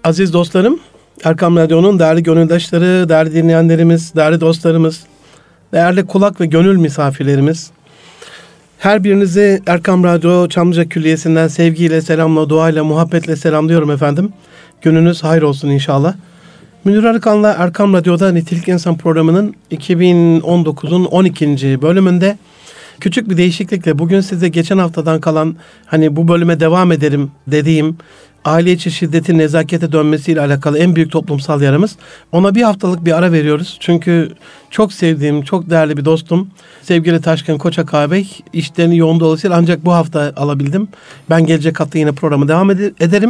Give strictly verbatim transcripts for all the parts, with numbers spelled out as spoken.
Aziz dostlarım, Erkam Radyo'nun değerli gönüldaşları, değerli dinleyenlerimiz, değerli dostlarımız, değerli kulak ve gönül misafirlerimiz. Her birinizi Erkam Radyo Çamlıca Külliyesi'nden sevgiyle, selamla, duayla, muhabbetle selamlıyorum efendim. Gününüz hayır olsun inşallah. Münir Arıkan'la Erkam Radyo'da Nitelikli İnsan programının iki bin on dokuzun on ikinci bölümünde küçük bir değişiklikle bugün size geçen haftadan kalan, hani bu bölüme devam ederim dediğim aile içi şiddetin nezakete dönmesiyle alakalı en büyük toplumsal yaramız. Ona bir haftalık bir ara veriyoruz. Çünkü çok sevdiğim, çok değerli bir dostum sevgili Taşkın Koçak ağabey işlerini yoğun dolayısıyla ancak bu hafta alabildim. Ben gelecek hafta yine programı devam ed- ederim.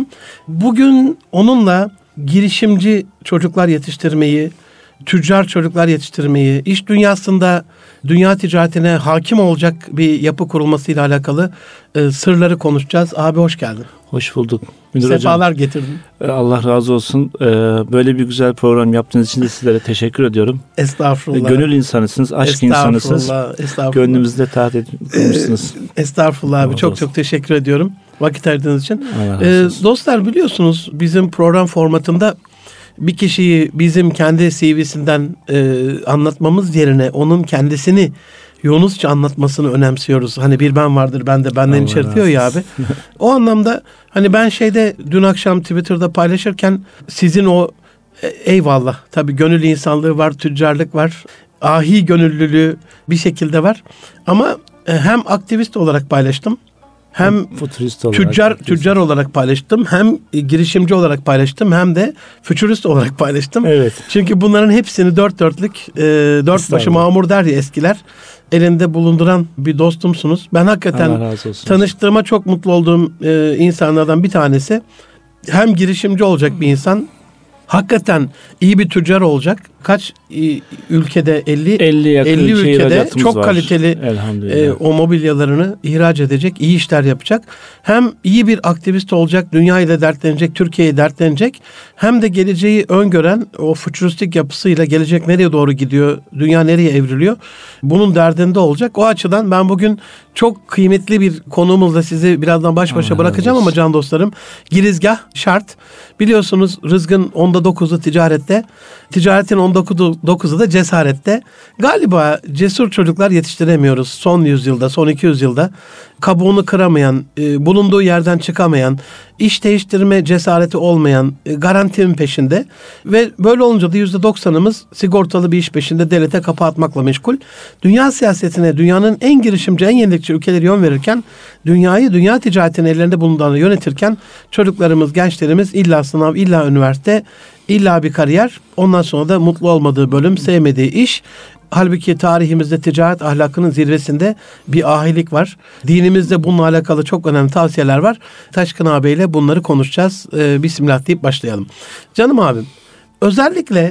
Bugün onunla girişimci çocuklar yetiştirmeyi, tüccar çocuklar yetiştirmeyi, iş dünyasında dünya ticaretine hakim olacak bir yapı kurulmasıyla alakalı e, sırları konuşacağız. Abi hoş geldin. Hoş bulduk. Münir Sefalar hocam, getirdin. Allah razı olsun. Ee, böyle bir güzel program yaptığınız için de sizlere teşekkür ediyorum. Estağfurullah. Gönül insanısınız, aşk insanısınız. Estağfurullah. Estağfurullah. Gönlümüzde taht etmişsiniz. Ee, estağfurullah abi. Allah çok olsun. çok teşekkür ediyorum vakit ayırdığınız için. Allah Ee, razı olsun. dostlar biliyorsunuz bizim program formatında bir kişiyi bizim kendi C V'sinden e, anlatmamız yerine onun kendisini Yunusça anlatmasını önemsiyoruz. Hani bir ben vardır, ben de benden Allah içertiyor ya abi. O anlamda hani ben şeyde dün akşam Twitter'da paylaşırken sizin o e, eyvallah tabii gönül insanlığı var, tüccarlık var, ahi gönüllülüğü bir şekilde var. Ama e, hem aktivist olarak paylaştım, hem futurist olarak, tüccar futurist. tüccar olarak paylaştım, hem girişimci olarak paylaştım, hem de fütürist olarak paylaştım. Evet. Çünkü bunların hepsini dört dörtlük, e, dört başı mamur der ya eskiler, elinde bulunduran bir dostumsunuz. Ben hakikaten tanıştığıma çok mutlu olduğum e, insanlardan bir tanesi. Hem girişimci olacak bir insan, hakikaten iyi bir tüccar olacak. Kaç e, ülkede elli elli, yakın elli ülkede çok var. kaliteli e, o mobilyalarını ihraç edecek, iyi işler yapacak. Hem iyi bir aktivist olacak, dünyayı da dertlenecek, Türkiye'yi dertlenecek. Hem de geleceği öngören o fütüristik yapısıyla gelecek nereye doğru gidiyor, dünya nereye evriliyor, bunun derdinde olacak. O açıdan ben bugün çok kıymetli bir konuğumuzla sizi birazdan baş başa Allah bırakacağım ama can dostlarım, girizgah şart. Biliyorsunuz rızkın onda dokuzu ticarette, ticaretin onda dokuzu da cesarette. Galiba cesur çocuklar yetiştiremiyoruz son yüzyılda, son iki yüz yılda. Kabuğunu kıramayan, e, bulunduğu yerden çıkamayan, iş değiştirme cesareti olmayan, e, garantinin peşinde ve böyle olunca da yüzde doksanımız sigortalı bir iş peşinde, devlete kapı atmakla meşgul. Dünya siyasetine, dünyanın en girişimci, en yenilikçi ülkeleri yön verirken, dünyayı, dünya ticaretinin ellerinde bulunduğunu yönetirken çocuklarımız, gençlerimiz illa sınav, illa üniversite, illa bir kariyer, ondan sonra da mutlu olmadığı bölüm, sevmediği iş. Halbuki tarihimizde ticaret ahlakının zirvesinde bir ahilik var. Dinimizde bununla alakalı çok önemli tavsiyeler var. Taşkın ağabeyle bunları konuşacağız. Ee, Bismillah deyip başlayalım. Canım abim, özellikle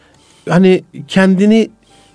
hani kendini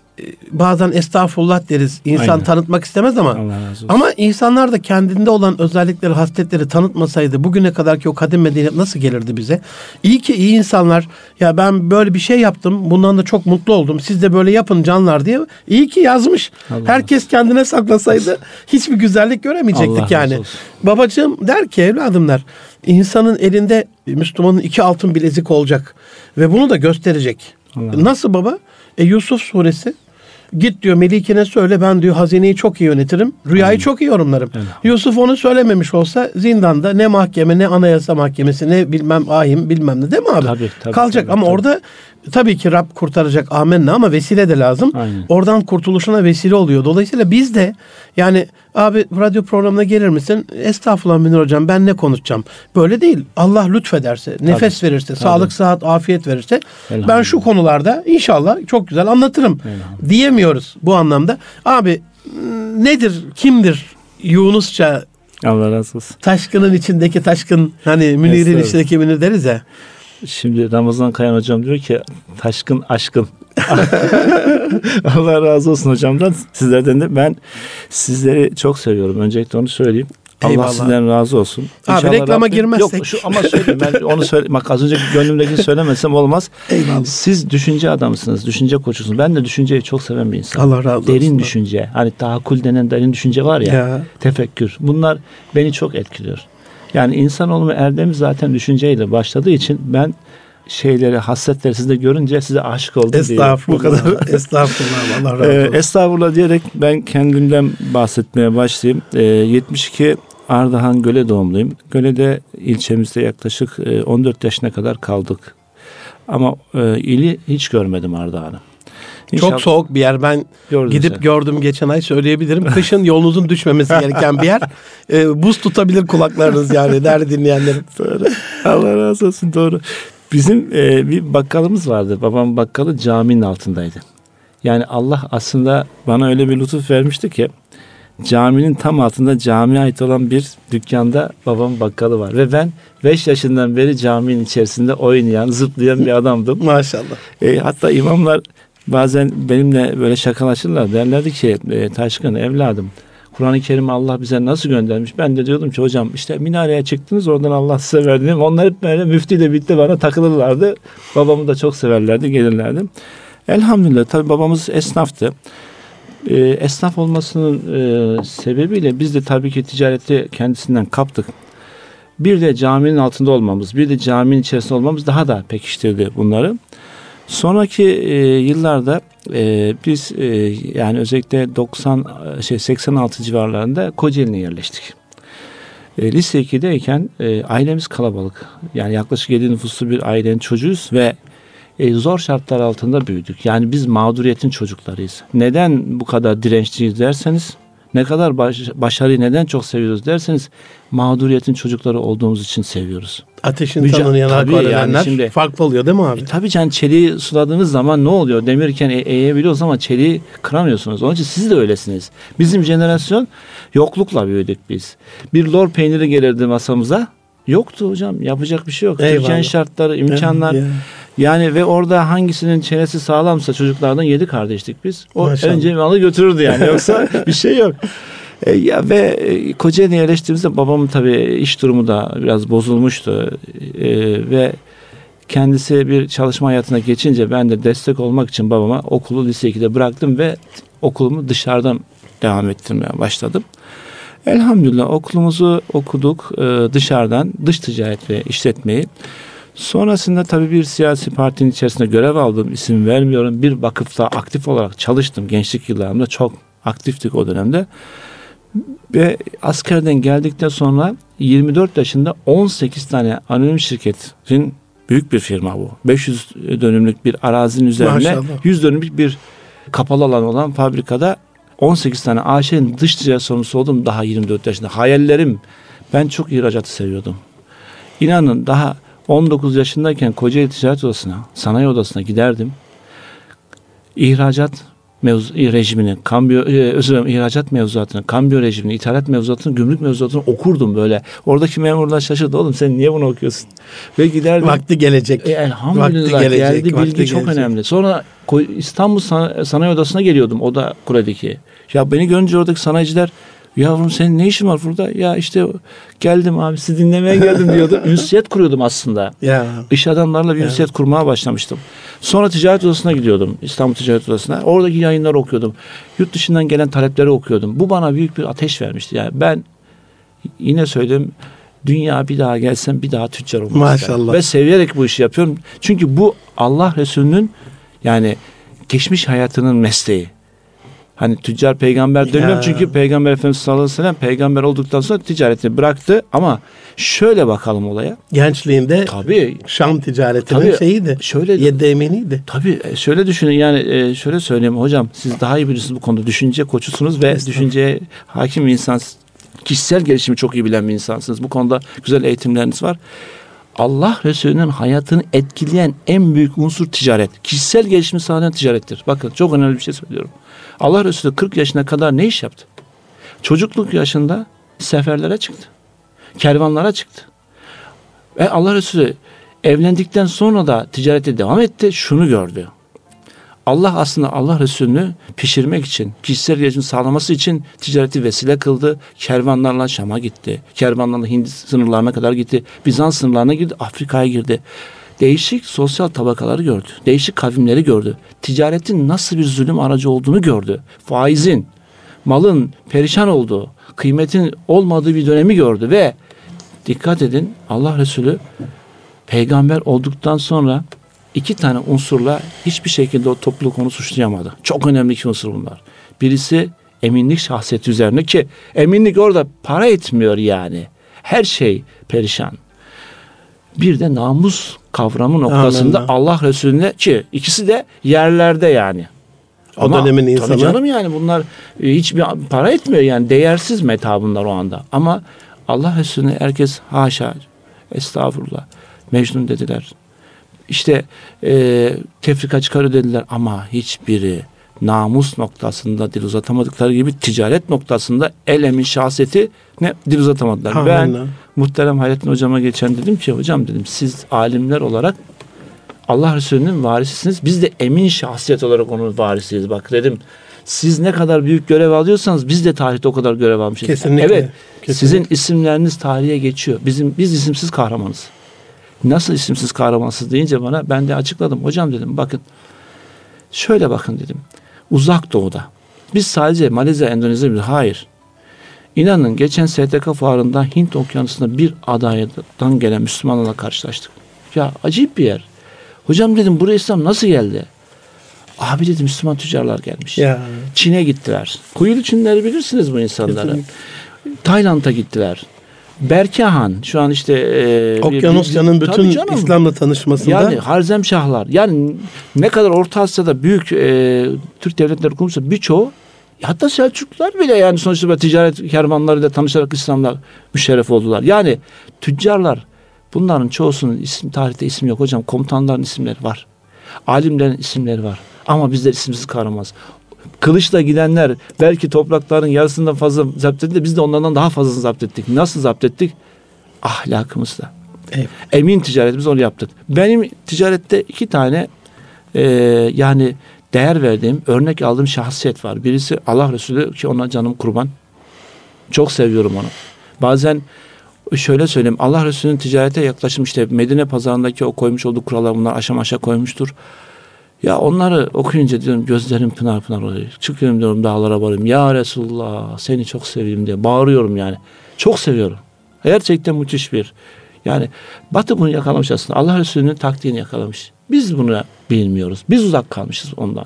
bazen estağfurullah deriz. İnsan Aynen. tanıtmak istemez ama ama insanlar da kendinde olan özellikleri, hasletleri tanıtmasaydı bugüne kadarki o kadim medeniyet nasıl gelirdi bize? İyi ki iyi insanlar, ya ben böyle bir şey yaptım, bundan da çok mutlu oldum, siz de böyle yapın canlar diye iyi ki yazmış. Allah Herkes Allah. kendine saklasaydı hiçbir güzellik göremeyecektik Allah yani. Babacığım der ki, evladım der, insanın elinde Müslümanın iki altın bilezik olacak ve bunu da gösterecek. Allah. Nasıl baba? E Yusuf suresi. Git diyor Melikine söyle, ben diyor hazineyi çok iyi yönetirim. Rüyayı Aynen. çok iyi yorumlarım. Aynen. Yusuf onu söylememiş olsa zindanda ne mahkeme, ne anayasa mahkemesi, ne bilmem ahim bilmem ne, değil mi abi? Tabii, tabii, Kalacak tabii, ama tabii. orada tabii ki Rab kurtaracak, amenna, ama vesile de lazım. Aynen. Oradan kurtuluşuna vesile oluyor. Dolayısıyla biz de yani abi radyo programına gelir misin? Estağfurullah Münir hocam, ben ne konuşacağım? Böyle değil. Allah lütfederse, nefes tabii. verirse, tabii. sağlık, sıhhat, afiyet verirse ben şu konularda inşallah çok güzel anlatırım diyemiyoruz bu anlamda. Abi nedir, kimdir Yunusça? Allah razı olsun. Taşkının içindeki taşkın, hani Münir'in içindeki Münir deriz ya. Şimdi Ramazan Kayan hocam diyor ki taşkın aşkın. Allah razı olsun hocamdan, sizlerden de. Ben sizleri çok seviyorum. Öncelikle onu söyleyeyim. Eyvallah. Allah sizden razı olsun. Abi İnşallah reklama Rabbim, girmezsek. Yok şu ama söyleyeyim, ben onu söyle. Bak az önce gönlümdekini söylemesem olmaz. Eyvallah. Siz düşünce adamısınız, düşünce koçusunuz. Ben de düşünceyi çok seven bir insanım. Allah razı olsun. Derin düşünce. Hani tahakkül denen derin düşünce var ya, ya. Tefekkür. Bunlar beni çok etkiliyor. Yani insan olma erdemi zaten düşünceyle başladığı için ben şeyleri, hasretleri sizde görünce size aşık oldum diye. Estağfurullah. Bu kadar. Estağfurullah. Allah razı olsun. Ee, estağfurullah diyerek ben kendimden bahsetmeye başlayayım. Ee, yetmiş iki Ardahan Göle doğumluyum. Göle'de ilçemizde yaklaşık on dört yaşına kadar kaldık. Ama e, ili hiç görmedim Ardahan'ı. İnşallah. Çok soğuk bir yer. Ben Gördün gidip sen. gördüm geçen ay, söyleyebilirim. Kışın yolunuzun düşmemesi gereken bir yer. E, buz tutabilir kulaklarınız yani değerli dinleyenlerim. Doğru. Allah razı olsun, doğru. Bizim e, bir bakkalımız vardı. Babam bakkalı caminin altındaydı. Yani Allah aslında bana öyle bir lütuf vermişti ki caminin tam altında camiye ait olan bir dükkanda babamın bakkalı var. Ve ben beş yaşından beri caminin içerisinde oynayan, zıplayan bir adamdım. Maşallah. E, hatta imamlar bazen benimle böyle şakalaşırlar. Derlerdi ki e, Taşkın evladım, Kur'an-ı Kerim'i Allah bize nasıl göndermiş? Ben de diyordum ki hocam işte minareye çıktınız, oradan Allah size verdi. Onlar hep böyle müftüyle bitti bana takılırlardı. Babamı da çok severlerdi, gelirlerdi. Elhamdülillah tabii babamız esnaftı. Ee, esnaf olmasının e, sebebiyle biz de tabii ki ticareti kendisinden kaptık. Bir de caminin altında olmamız, bir de caminin içerisinde olmamız daha da pekiştirdi bunları. Sonraki e, yıllarda e, biz e, yani özellikle doksan şey seksen altı civarlarında Kocaeli'ne yerleştik. E, lise ikideyken e, ailemiz kalabalık. Yani yaklaşık yedi nüfuslu bir ailenin çocuğuyuz ve e, zor şartlar altında büyüdük. Yani biz mağduriyetin çocuklarıyız. Neden bu kadar dirençliyiz derseniz, ne kadar baş, başarıyı neden çok seviyoruz derseniz, mağduriyetin çocukları olduğumuz için seviyoruz. Ateşin Müca- tanını yanar yani şimdi, farklı oluyor değil mi abi? E, tabii can, çeliği suladığınız zaman ne oluyor? Demirken e- eğebiliyoruz ama çeliği kıramıyorsunuz. Onun için siz de öylesiniz. Bizim jenerasyon yoklukla büyüdük biz. Bir lor peyniri gelirdi masamıza. Yoktu hocam. Yapacak bir şey yok. Eyvallah. Türkiye'nin şartları, imkanlar. Evet, yani ve orada hangisinin çenesi sağlamsa çocuklardan yedi kardeştik biz. O Maşallah. Önce malı götürürdü yani. Yoksa bir şey yok. E, ya ve e, Kocaeli'ne yerleştiğimizde babamın tabii iş durumu da biraz bozulmuştu. E, ve kendisi bir çalışma hayatına geçince ben de destek olmak için babama okulu lise ikide bıraktım ve okulumu dışarıdan devam ettirmeye başladım. Elhamdülillah okulumuzu okuduk e, dışarıdan, dış ticaret ve işletmeyi. Sonrasında tabii bir siyasi partinin içerisinde görev aldım, isim vermiyorum. Bir vakıfta aktif olarak çalıştım. Gençlik yıllarımda çok aktiftik o dönemde. Ve askerden geldikten sonra yirmi dört yaşında on sekiz tane anonim şirketin, büyük bir firma bu, beş yüz dönümlük bir arazinin üzerine Maşallah. yüz dönümlük bir kapalı alan olan fabrikada on sekiz tane A Ş'nin dış ticaret sorumlusu oldum daha yirmi dört yaşında. Hayallerim, ben çok ihracatı seviyordum. İnanın daha on dokuz yaşındayken Kocaeli Ticaret Odası'na, Sanayi Odası'na giderdim. İhracat mevzu, rejimini, kambiyo, e, özür dilerim, ihracat mevzuatını, kambiyo rejimini, ithalat mevzuatını, gümrük mevzuatını okurdum böyle. Oradaki memurlar şaşırdı. Oğlum sen niye bunu okuyorsun? Ve giderdim. Vakti gelecek. E, elhamdülillah vakti gelecek, geldi. Bilgi çok gelecek. Önemli. Sonra İstanbul San- Sanayi Odası'na geliyordum. O da Kule'deki. Ya beni görünce oradaki sanayiciler, yavrum senin ne işin var burada? Ya işte geldim abi, sizi dinlemeye geldim diyordu. Ünsiyet kuruyordum aslında. Ya. İş adamlarla bir ünsiyet kurmaya başlamıştım. Sonra ticaret odasına gidiyordum. İstanbul Ticaret Odası'na. Oradaki yayınları okuyordum. Yurt dışından gelen talepleri okuyordum. Bu bana büyük bir ateş vermişti. Yani ben yine söyleyeyim, dünya bir daha gelsem bir daha tüccar olmak Maşallah. isterim. Ve seviyerek bu işi yapıyorum. Çünkü bu Allah Resulü'nün yani geçmiş hayatının mesleği. Hani tüccar peygamber demiyorum çünkü Peygamber Efendimiz sallallahu aleyhi ve sellem peygamber olduktan sonra ticaretini bıraktı, ama şöyle bakalım olaya. Gençliğinde tabii Şam ticaretinin tabii, şeyiydi. Şöyle yedi eminiydi. Tabii şöyle düşünün yani, şöyle söyleyeyim hocam, siz daha iyi bilirsiniz bu konuda, düşünce koçusunuz ve düşünceye hakim bir insansınız. Kişisel gelişimi çok iyi bilen bir insansınız. Bu konuda güzel eğitimleriniz var. Allah Resulü'nün hayatını etkileyen en büyük unsur ticaret. Kişisel gelişimi sağlayan ticarettir. Bakın çok önemli bir şey söylüyorum. Allah Resulü kırk yaşına kadar ne iş yaptı? Çocukluk yaşında seferlere çıktı. Kervanlara çıktı. Ve Allah Resulü evlendikten sonra da ticarete devam etti. Şunu gördü. Allah aslında Allah Resulü'nü pişirmek için, kişisel gelişimi sağlaması için ticareti vesile kıldı. Kervanlarla Şam'a gitti. Kervanlarla Hint sınırlarına kadar gitti. Bizans sınırlarına girdi. Afrika'ya girdi. Değişik sosyal tabakaları gördü. Değişik kavimleri gördü. Ticaretin nasıl bir zulüm aracı olduğunu gördü. Faizin, malın perişan olduğu, kıymetin olmadığı bir dönemi gördü ve dikkat edin, Allah Resulü peygamber olduktan sonra iki tane unsurla hiçbir şekilde o topluluk onu suçlayamadı. Çok önemli iki unsur bunlar. Birisi eminlik şahsiyeti üzerine, ki eminlik orada para etmiyor yani. Her şey perişan. Bir de namus kavramı noktasında Amenna. Allah Resulüne, ki ikisi de yerlerde yani. O Ama dönemin insanı. Tabii canım, yani bunlar hiçbir para etmiyor yani, değersiz meta bunlar o anda. Ama Allah Resulüne herkes haşa, estağfurullah, Mecnun dediler. İşte e, tefrika çıkarıyor dediler, ama hiçbiri namus noktasında dil uzatamadıkları gibi ticaret noktasında el emin şahsiyeti ne dil uzatamadılar. Amenna. Ben muhterem Hayrettin hocama geçen dedim ki, hocam dedim, siz alimler olarak Allah Resulü'nün varisisiniz. Biz de emin şahsiyet olarak onun varisiyiz. Bak dedim, siz ne kadar büyük görev alıyorsanız biz de tarihte o kadar görev almışız. Kesinlikle. Evet. Kesinlikle. Sizin isimleriniz tarihe geçiyor. Bizim biz isimsiz kahramanız. Nasıl isimsiz kahramansız deyince bana, ben de açıkladım. Hocam dedim, bakın şöyle bakın dedim. Uzak Doğu'da biz sadece Malezya, Endonezya, hayır. İnanın geçen S T K fuarında Hint Okyanusu'nda bir adaydan gelen Müslümanlarla karşılaştık. Ya acayip bir yer. Hocam dedim, buraya İslam nasıl geldi? Abi dedim, Müslüman tüccarlar gelmiş. Ya. Çin'e gittiler. Kuyulu Çinleri bilirsiniz bu insanları. Kesinlikle. Tayland'a gittiler. Berkehan şu an işte e, Okyanusya'nın bütün İslam'la tanışmasında, yani Harzemşahlar, yani ne kadar Orta Asya'da büyük e, Türk devletleri kurmuşsa birçoğu, hatta Selçuklular bile yani sonuçta ticaret kervanlarıyla tanışarak İslam'la müşerref oldular. Yani tüccarlar, bunların çoğusunun isim, tarihte isim yok hocam. Komutanların isimleri var. Alimlerin isimleri var. Ama bizler isimsiz kahramanız. Kılıçla gidenler belki toprakların yarısından fazla zapt etti de biz de onlardan daha fazlasını zapt ettik. Nasıl zapt ettik? Ahlakımızla. Evet. Emin ticaretimiz onu yaptık. Benim ticarette iki tane e, yani değer verdiğim, örnek aldığım şahsiyet var. Birisi Allah Resulü, ki ona canım kurban. Çok seviyorum onu. Bazen şöyle söyleyeyim, Allah Resulü'nün ticarete yaklaşım, işte Medine pazarındaki o koymuş olduğu kurallar, bunlar aşama aşağı koymuştur. Ya onları okuyunca diyorum, gözlerim pınar pınar oluyor. Çıkıyorum diyorum, dağlara varayım. Ya Resulullah, seni çok seveyim diye bağırıyorum yani. Çok seviyorum. Gerçekten müthiş bir. Yani Batı bunu yakalamış aslında. Allah Resulü'nün taktiğini yakalamış. Biz bunu bilmiyoruz. Biz uzak kalmışız ondan.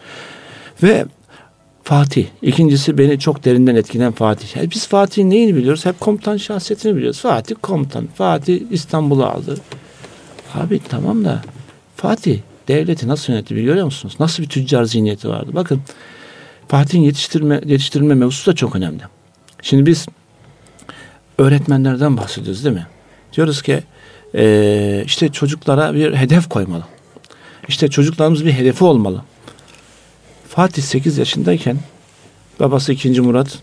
Ve Fatih. İkincisi beni çok derinden etkileyen Fatih. Yani biz Fatih'in neyini biliyoruz? Hep komutan şahsiyetini biliyoruz. Fatih komutan. Fatih İstanbul'u aldı. Abi tamam da Fatih devleti nasıl yönetti biliyor musunuz? Nasıl bir tüccar zihniyeti vardı? Bakın, Fatih'in yetiştirme, yetiştirilme mevzusu da çok önemli. Şimdi biz öğretmenlerden bahsediyoruz değil mi? Diyoruz ki e, işte çocuklara bir hedef koymalı. İşte çocuklarımız bir hedefi olmalı. Fatih sekiz yaşındayken babası ikinci. Murat,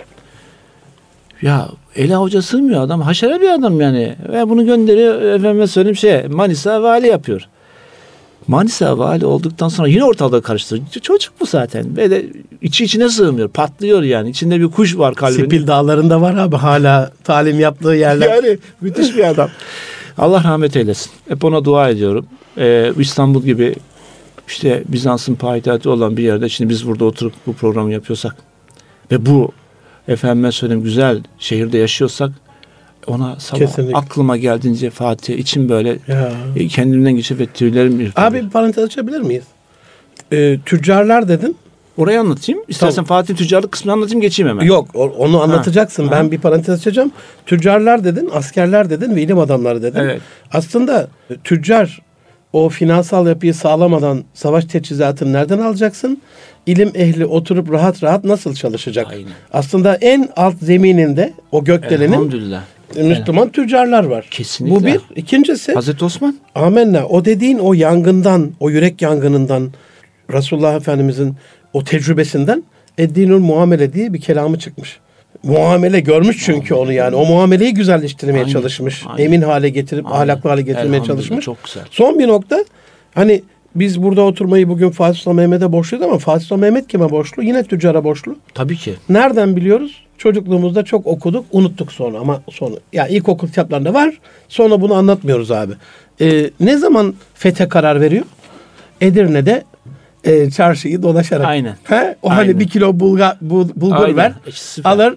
ya ele avuca sığmıyor adam. Haşere bir adam yani. Ve bunu gönderiyor, efendime söyleyeyim, şey, Manisa vali yapıyor. Manisa vali olduktan sonra yine ortalığı karıştırıyor. Çocuk bu zaten. Ve de içi içine sığmıyor. Patlıyor yani. İçinde bir kuş var kalbinde. Sipil dağlarında var abi hala talim yaptığı yerler. Yani müthiş bir adam. Allah rahmet eylesin. Hep ona dua ediyorum. Ee, İstanbul gibi işte Bizans'ın payitahtı olan bir yerde şimdi biz burada oturup bu programı yapıyorsak ve bu efendime söyleyeyim güzel şehirde yaşıyorsak, ona sabah kesinlikle aklıma geldiğince Fatih için böyle ya, kendimden geçip ve tüylerim ürperiyor. Abi bir parantez açabilir miyiz? Ee, tüccarlar dedin. Orayı anlatayım. İstersen tamam, Fatih tüccarlık kısmını anlatayım, geçeyim hemen. Yok, onu anlatacaksın. Ha. Ben ha. bir parantez açacağım. Tüccarlar dedin, askerler dedin ve ilim adamları dedin. Evet. Aslında tüccar o finansal yapıyı sağlamadan savaş teçhizatını nereden alacaksın? İlim ehli oturup rahat rahat nasıl çalışacak? Aynen. Aslında en alt zemininde o gökdelenin Müslüman evet, tüccarlar var. Kesinlikle. Bu bir. İkincisi Hazreti Osman. Amenna. O dediğin o yangından, o yürek yangınından, Resulullah Efendimizin o tecrübesinden Eddinül Muamele diye bir kelamı çıkmış. Muamele görmüş çünkü onu yani. O muameleyi güzelleştirmeye aynen, çalışmış. Aynen. Emin hale getirip aynen, ahlaklı hale getirmeye çalışmış. Çok güzel. Son bir nokta. Hani biz burada oturmayı bugün Fatih Sultan Mehmet'e borçluyuz ama Fatih Sultan Mehmet kime borçlu? Yine tüccara borçlu. Tabii ki. Nereden biliyoruz? Çocukluğumuzda çok okuduk, unuttuk sonra ama sonra. Yani ilkokul kitaplarında var. Sonra bunu anlatmıyoruz abi. Ee, ne zaman fethe karar veriyor? Edirne'de e, çarşıyı dolaşarak. Aynen. He? O aynen, hani bir kilo bulga, bul, bulgur aynen, ver. Süper. Alır.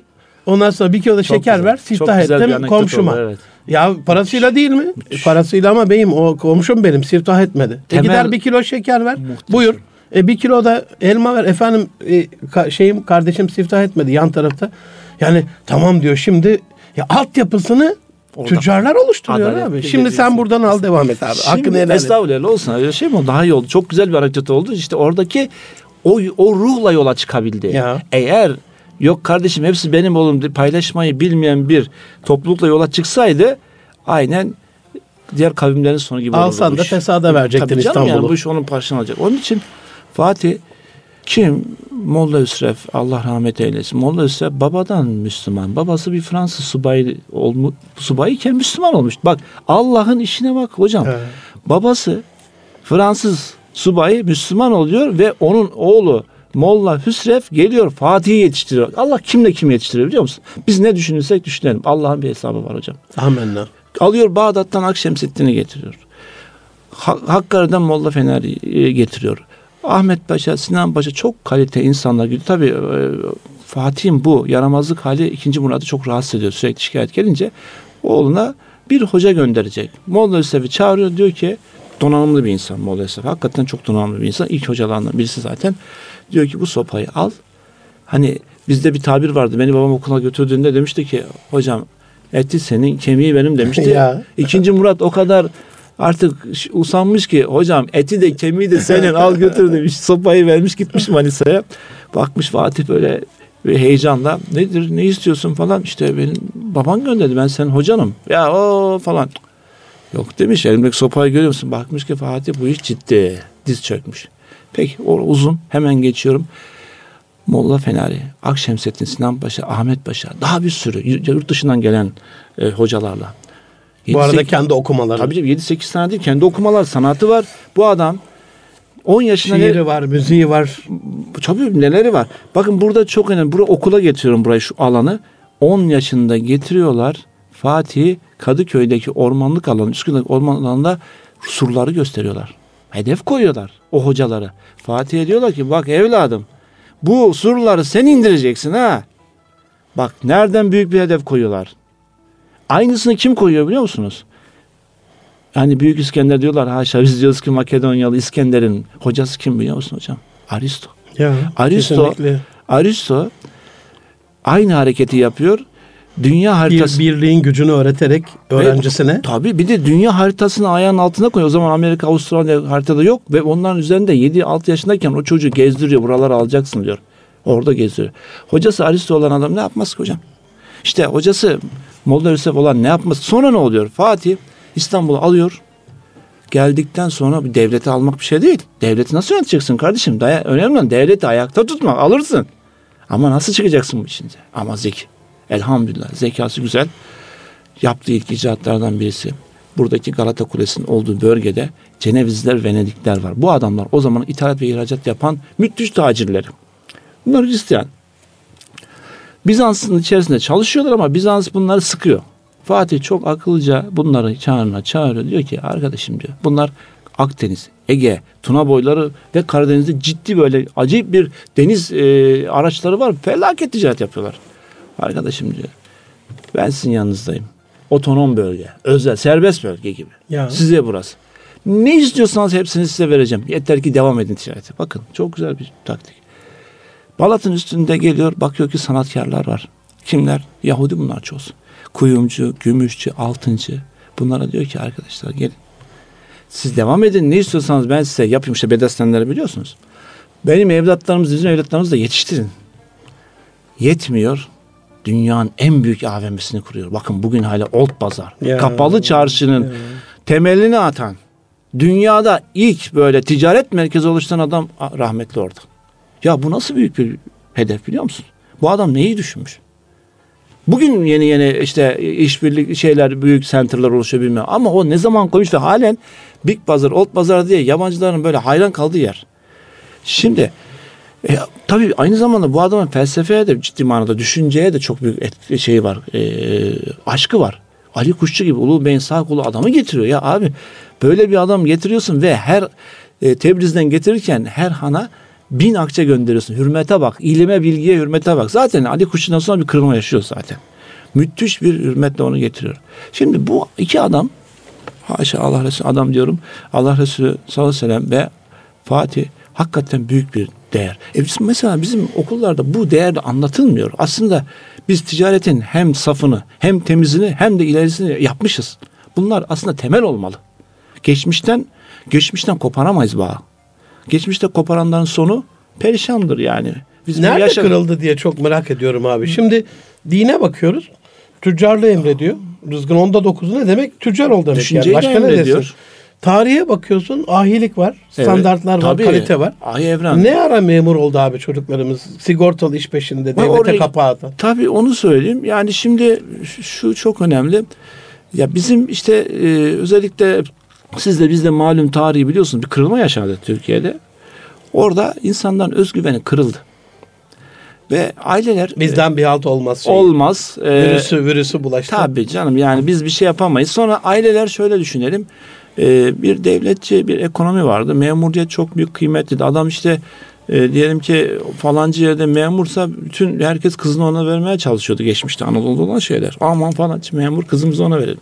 Ondan sonra bir kilo da Çok şeker güzel. ver. Siftah ettim komşuma. Oldu, evet. Ya parasıyla değil mi? Müthiş. Parasıyla ama beyim o komşum benim siftah etmedi. Temel... E gider bir kilo şeker ver. Muhteşem. Buyur. E bir kilo da elma ver. Efendim e, ka, şeyim kardeşim siftah etmedi yan tarafta. Yani tamam diyor şimdi ya altyapısını orada tüccarlar oluşturuyor abi. Şimdi sen buradan al devam et abi. Şimdi estağfurullah olsun. Öyle şey mi oldu? Daha iyi oldu. Çok güzel bir hareket oldu. İşte oradaki o, o ruhla yola çıkabildi. Ya. Eğer yok kardeşim hepsi benim oğlum paylaşmayı bilmeyen bir toplulukla yola çıksaydı aynen diğer kavimlerin sonu gibi olurdu. Alsan da fesada verecektin İstanbul'u. Yani bu iş onun parçasını alacak. Onun için Fatih kim? Molla Üsref Allah rahmet eylesin. Molla Üsref babadan Müslüman. Babası bir Fransız subayı olmuş, subayıken Müslüman olmuş. Bak Allah'ın işine bak hocam. Evet. Babası Fransız subayı Müslüman oluyor ve onun oğlu Molla Hüsref geliyor Fatih'i yetiştiriyor. Allah kimle kim yetiştiriyor biliyor musun? Biz ne düşünürsek düşünelim. Allah'ın bir hesabı var hocam. Amenna. Alıyor Bağdat'tan Akşemseddin'i getiriyor. Hakkari'den Molla Fener'i getiriyor. Ahmet Paşa, Sinan Paşa çok kalite insanlar gidiyor. Tabii e, Fatih'in bu yaramazlık hali ikinci Murat'ı çok rahatsız ediyor. Sürekli şikayet gelince oğluna bir hoca gönderecek. Molla Hüsref'i çağırıyor diyor ki donanımlı bir insan Molla Hüsref. Hakikaten çok donanımlı bir insan. İlk hocalarından birisi zaten. Diyor ki bu sopayı al. Hani bizde bir tabir vardı. Beni babam okula götürdüğünde demişti ki hocam eti senin kemiği benim demişti. İkinci Murat o kadar artık usanmış ki hocam eti de kemiği de senin al götür demiş. Sopayı vermiş gitmiş Manisa'ya. Bakmış Fatih böyle bir heyecanla nedir ne istiyorsun falan işte benim baban gönderdi ben senin hocanım. Ya o falan. Yok demiş elimdeki sopayı görüyor musun? Bakmış ki Fatih bu iş ciddi. Diz çökmüş. Peki o uzun hemen geçiyorum. Molla Fenari, Akşemseddin, Sinan Paşa, Ahmet Paşa daha bir sürü yurt dışından gelen e, hocalarla. Bu arada kendi okumaları. Tabii yedi sekiz tane değil kendi okumalar sanatı var. Bu adam on yaşında şiiri ne, var, müziği var. Tabii neleri var. Bakın burada çok önemli. Buraya okula getiriyorum burayı şu alanı. on yaşında getiriyorlar. Fatih Kadıköy'deki ormanlık alanı, Üsküdar'daki orman alanında surları gösteriyorlar. Hedef koyuyorlar o hocaları. Fatih'e diyorlar ki bak evladım bu surları sen indireceksin ha. Bak nereden büyük bir hedef koyuyorlar. Aynısını kim koyuyor biliyor musunuz? Yani Büyük İskender diyorlar haşa biz diyoruz ki Makedonyalı İskender'in hocası kim biliyor musun hocam? Aristo. Ya, Aristo, Aristo aynı hareketi yapıyor. Dünya haritası. Bir, birliğin gücünü öğreterek öğrencisine. Ve, tabii bir de dünya haritasını ayağının altına koyuyor. O zaman Amerika, Avustralya haritada yok. Ve onların üzerinde yedi altı yaşındayken o çocuğu gezdiriyor. Buraları alacaksın diyor. Orada gezdiriyor. Hocası Aristo olan adam ne yapmaz ki hocam? İşte hocası Molla Hüsref olan ne yapmaz? Sonra ne oluyor? Fatih İstanbul'u alıyor. Geldikten sonra bir devleti almak bir şey değil. Devleti nasıl yöneteceksin kardeşim? Daya, önemli olan devleti ayakta tutmak. Alırsın. Ama nasıl çıkacaksın bu içinde? Ama zeki. Elhamdülillah zekası güzel. Yaptığı ilk icraatlardan birisi. Buradaki Galata Kulesi'nin olduğu bölgede Cenevizler, Venedikler var. Bu adamlar o zaman ithalat ve ihracat yapan müthiş tacirleri. Bunlar Hristiyan. Bizans'ın içerisinde çalışıyorlar ama Bizans bunları sıkıyor. Fatih çok akıllıca bunları çağırına çağırıyor. Diyor ki arkadaşım diyor bunlar Akdeniz, Ege, Tuna boyları ve Karadeniz'de ciddi böyle acayip bir deniz e, araçları var. Felaket ticaret yapıyorlar. Arkadaşım diyor ben sizin yanınızdayım. Otonom bölge, özel, serbest bölge gibi. Ya. Size burası. Ne istiyorsanız hepsini size vereceğim. Yeter ki devam edin ticarete. Bakın çok güzel bir taktik. Balat'ın üstünde geliyor bakıyor ki sanatkarlar var. Kimler? Yahudi bunlar çoğusu. Kuyumcu, gümüşçü, altıncı. Bunlara diyor ki arkadaşlar gelin. Siz devam edin ne istiyorsanız ben size yapayım. İşte Bedestenleri biliyorsunuz. Benim evlatlarımız, bizim evlatlarımızı da yetiştirin. Yetmiyor. Dünyanın en büyük A V M'sini kuruyor. Bakın bugün hala Old Pazar. Ya, kapalı çarşının ya. temelini atan, dünyada ilk böyle ticaret merkezi oluşturan adam rahmetli orada. Ya bu nasıl büyük bir hedef biliyor musun? Bu adam neyi düşünmüş? Bugün yeni yeni işte işbirlik şeyler, büyük center'lar oluşuyor bilmiyorum. Ama o ne zaman koymuş ve halen Big Pazar, Old Pazar diye yabancıların böyle hayran kaldığı yer. Şimdi E, tabii aynı zamanda bu adamın felsefeye de ciddi manada düşünceye de çok büyük et, şey var. E, aşkı var. Ali Kuşçu gibi Ulu Bey'in sağ kolu adamı getiriyor. Ya abi böyle bir adam getiriyorsun ve her e, Tebriz'den getirirken her hana bin akçe gönderiyorsun. Hürmete bak. İlime, bilgiye, hürmete bak. Zaten Ali Kuşçu'dan sonra bir kırılma yaşıyor zaten. Müthiş bir hürmetle onu getiriyor. Şimdi bu iki adam, haşa Allah Resulü adam diyorum, Allah Resulü sallallahu aleyhi ve sellem ve Fatih hakikaten büyük bir değer. E bizim, mesela bizim okullarda bu değer de anlatılmıyor. Aslında biz ticaretin hem safını, hem temizini, hem de ilerisini yapmışız. Bunlar aslında temel olmalı. Geçmişten geçmişten koparamayız bağı. Geçmişte koparanların sonu perişandır yani. Biz nerede yaşa- kırıldı diye çok merak ediyorum abi. Şimdi dine bakıyoruz. Tüccarlığı emrediyor. Rızkın onda dokuzu ne demek? Tüccar ol demek. Düşünceyi yani. Başka de emrediyor. Ne desin? Tarihe bakıyorsun, ahilik var, standartlar evet, var, tabii, kalite var. Ahi evren. Ne ara memur oldu abi çocuklarımız? Sigortalı iş peşinde, devlete orayı, kapağı atan. Tabii onu söyleyeyim. Yani şimdi şu çok önemli. Ya bizim işte e, özellikle siz de biz de malum tarihi biliyorsunuz. Bir kırılma yaşadı Türkiye'de. Orada insanların özgüveni kırıldı. Ve aileler... Bizden bir halt olmaz. Şey. Olmaz. Ee, virüsü, virüsü bulaştı. Tabii canım yani biz bir şey yapamayız. Sonra aileler şöyle düşünelim. Ee, bir devletçi bir ekonomi vardı. Memuriyet çok büyük kıymetliydi. Adam işte e, diyelim ki falancı yerde memursa bütün herkes kızını ona vermeye çalışıyordu geçmişte Anadolu'da olan şeyler. Aman falancı memur kızımızı ona verelim.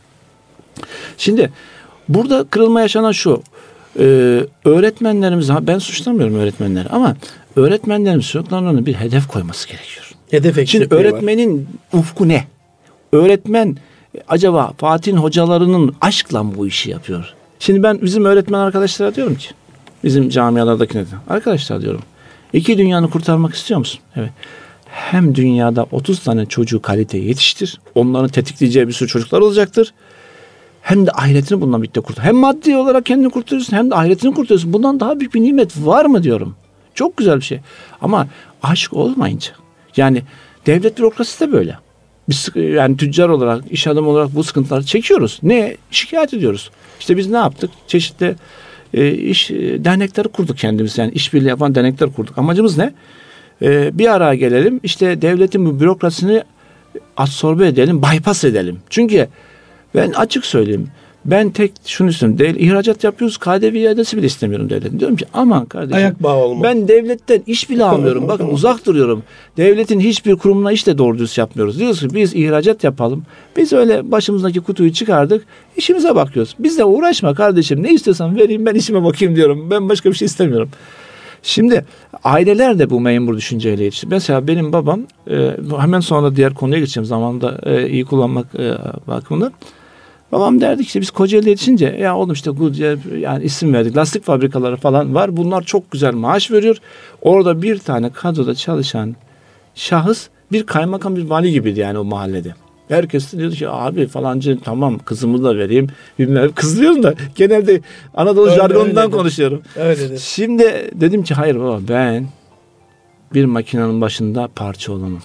Şimdi burada kırılma yaşanan şu. E, öğretmenlerimiz, ben suçlamıyorum öğretmenleri ama öğretmenlerimiz çocuklarına bir hedef koyması gerekiyor. Hedef Şimdi öğretmenin var. Ufku ne? Öğretmen acaba Fatih'in hocalarının aşkla mı bu işi yapıyor? Şimdi ben bizim öğretmen arkadaşlara diyorum ki, bizim camialardakine de, arkadaşlar diyorum, iki dünyanı kurtarmak istiyor musun? Evet. Hem dünyada otuz tane çocuğu kaliteye yetiştir, onların tetikleyeceği bir sürü çocuklar olacaktır. Hem de ahiretini bundan birlikte kurtar. Hem maddi olarak kendini kurtarıyorsun, hem de ahiretini kurtarıyorsun. Bundan daha büyük bir nimet var mı diyorum. Çok güzel bir şey. Ama aşk olmayınca, yani devlet bürokrasisi de böyle. Biz yani tüccar olarak, iş adamı olarak bu sıkıntıları çekiyoruz. Ne? Şikayet ediyoruz. İşte biz ne yaptık? Çeşitli e, iş e, dernekleri kurduk kendimiz. Yani işbirliği yapan dernekler kurduk. Amacımız ne? E, bir araya gelelim. İşte devletin bu bürokrasisini absorbe edelim, bypass edelim. Çünkü ben açık söyleyeyim. Ben tek şunu istiyorum. Değil, ihracat yapıyoruz. K D V iadesi bile istemiyorum devletin. Diyorum ki aman kardeşim. Ayak bağı olma. Ben devletten iş bile almıyorum. Bakın uzak duruyorum. Devletin hiçbir kurumuna iş de doğru düz yapmıyoruz. Diyoruz ki biz ihracat yapalım. Biz öyle başımızdaki kutuyu çıkardık. İşimize bakıyoruz. Biz de uğraşma kardeşim. Ne istiyorsan vereyim ben işime bakayım diyorum. Ben başka bir şey istemiyorum. Şimdi aileler de bu memur düşünceyle yetişti. Mesela benim babam e, hemen sonra diğer konuya geçeceğim zamanında e, iyi kullanmak e, bakımından. Babam derdi işte biz Kocaeli'de yetişince ya oğlum işte Goodyear yani isim verdik. Lastik fabrikaları falan var. Bunlar çok güzel maaş veriyor. Orada bir tane kadroda çalışan şahıs bir kaymakam bir vali gibiydi yani o mahallede. Herkes de diyordu ki abi falancı tamam kızımı da vereyim. Bilmem kızlıyorum da genelde Anadolu öyle, jargonundan öyle konuşuyorum. Öyle Şimdi dedim ki hayır baba ben bir makinenin başında parça olamam.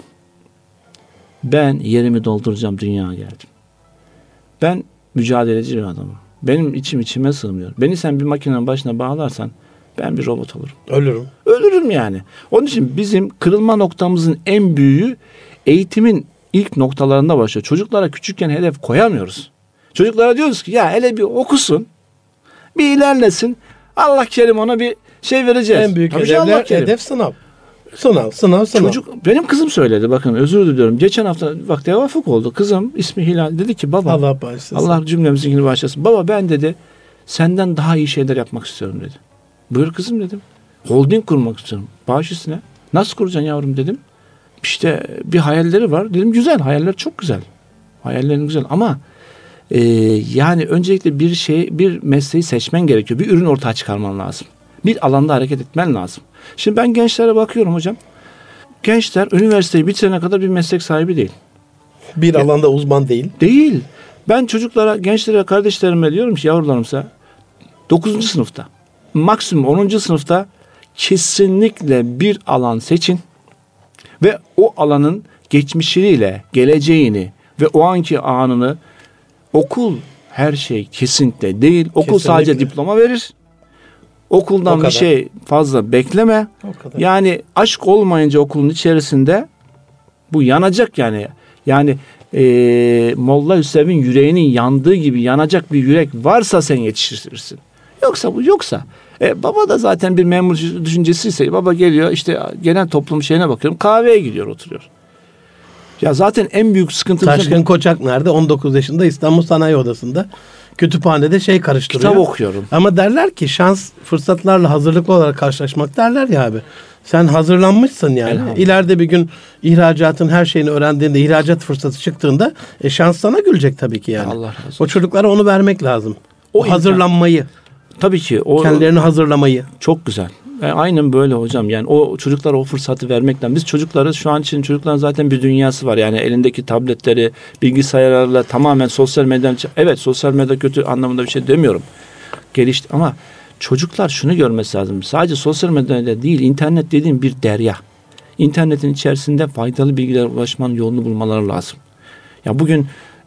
Ben yerimi dolduracağım dünyaya geldim. Ben mücadeleci bir adamım. Benim içim içime sığmıyor. Beni sen bir makinenin başına bağlarsan ben bir robot olurum. Ölürüm. Ölürüm yani. Onun için bizim kırılma noktamızın en büyüğü eğitimin ilk noktalarında başlıyor. Çocuklara küçükken hedef koyamıyoruz. Çocuklara diyoruz ki ya hele bir okusun, bir ilerlesin. Allah kerim ona bir şey vereceğiz. En büyük hedefler, hedef sınav. Sınav, sınav, sınav. Çocuk, benim kızım söyledi bakın özür diliyorum. Geçen hafta bak tevafuk oldu. Kızım ismi Hilal dedi ki baba Allah bağışlasın. Allah cümlemizinkini bağışlasın. Baba ben dedi senden daha iyi şeyler yapmak istiyorum dedi. Buyur kızım dedim. Holding kurmak istiyorum. Bağış üstüne. Nasıl kuracaksın yavrum dedim. İşte bir hayalleri var. Dedim güzel hayaller çok güzel. Hayallerin güzel ama e, yani öncelikle bir şey bir mesleği seçmen gerekiyor. Bir ürün ortaya çıkarman lazım. Bir alanda hareket etmen lazım. Şimdi ben gençlere bakıyorum hocam. Gençler üniversiteyi bitirene kadar bir meslek sahibi değil. Bir ya, alanda uzman değil. Değil. Ben çocuklara, gençlere, kardeşlerime diyorum ki yavrularımsa dokuzuncu sınıfta, maksimum onuncu sınıfta kesinlikle bir alan seçin ve o alanın geçmişiyle, geleceğini ve o anki anını okul her şey kesinlikle değil. Okul kesinlikle. Sadece diploma verir. Okuldan bir şey fazla bekleme. Yani aşk olmayınca okulun içerisinde bu yanacak yani. Yani e, Molla Hüsrev'in yüreğinin yandığı gibi yanacak bir yürek varsa sen yetiştirirsin. Yoksa bu yoksa. E, baba da zaten bir memur düşüncesiyse baba geliyor işte genel toplum şeyine bakıyorum kahveye gidiyor oturuyor. Ya zaten en büyük sıkıntı... Taşkın Koçak nerede? on dokuz yaşında İstanbul Sanayi Odası'nda. Kütüphanede şey karıştırıyor. Kitap okuyorum. Ama derler ki şans fırsatlarla hazırlıklı olarak karşılaşmak derler ya abi. Sen hazırlanmışsın yani. İleride bir gün ihracatın her şeyini öğrendiğinde, ihracat fırsatı çıktığında e, şans sana gülecek tabii ki yani. Allah razı olsun. O çocuklara onu vermek lazım. O, o hazırlanmayı. Tabii ki. O, kendilerini hazırlamayı. Çok güzel. E, aynen böyle hocam. Yani o çocuklara o fırsatı vermekten. Biz çocukları şu an için çocukların zaten bir dünyası var. Yani elindeki tabletleri, bilgisayarlarla tamamen sosyal medyadan... Evet, sosyal medya kötü anlamında bir şey demiyorum. Gelişti ama çocuklar şunu görmesi lazım. Sadece sosyal medyayla değil, internet dediğim bir derya. İnternetin içerisinde faydalı bilgilere ulaşmanın yolunu bulmaları lazım. Ya bugün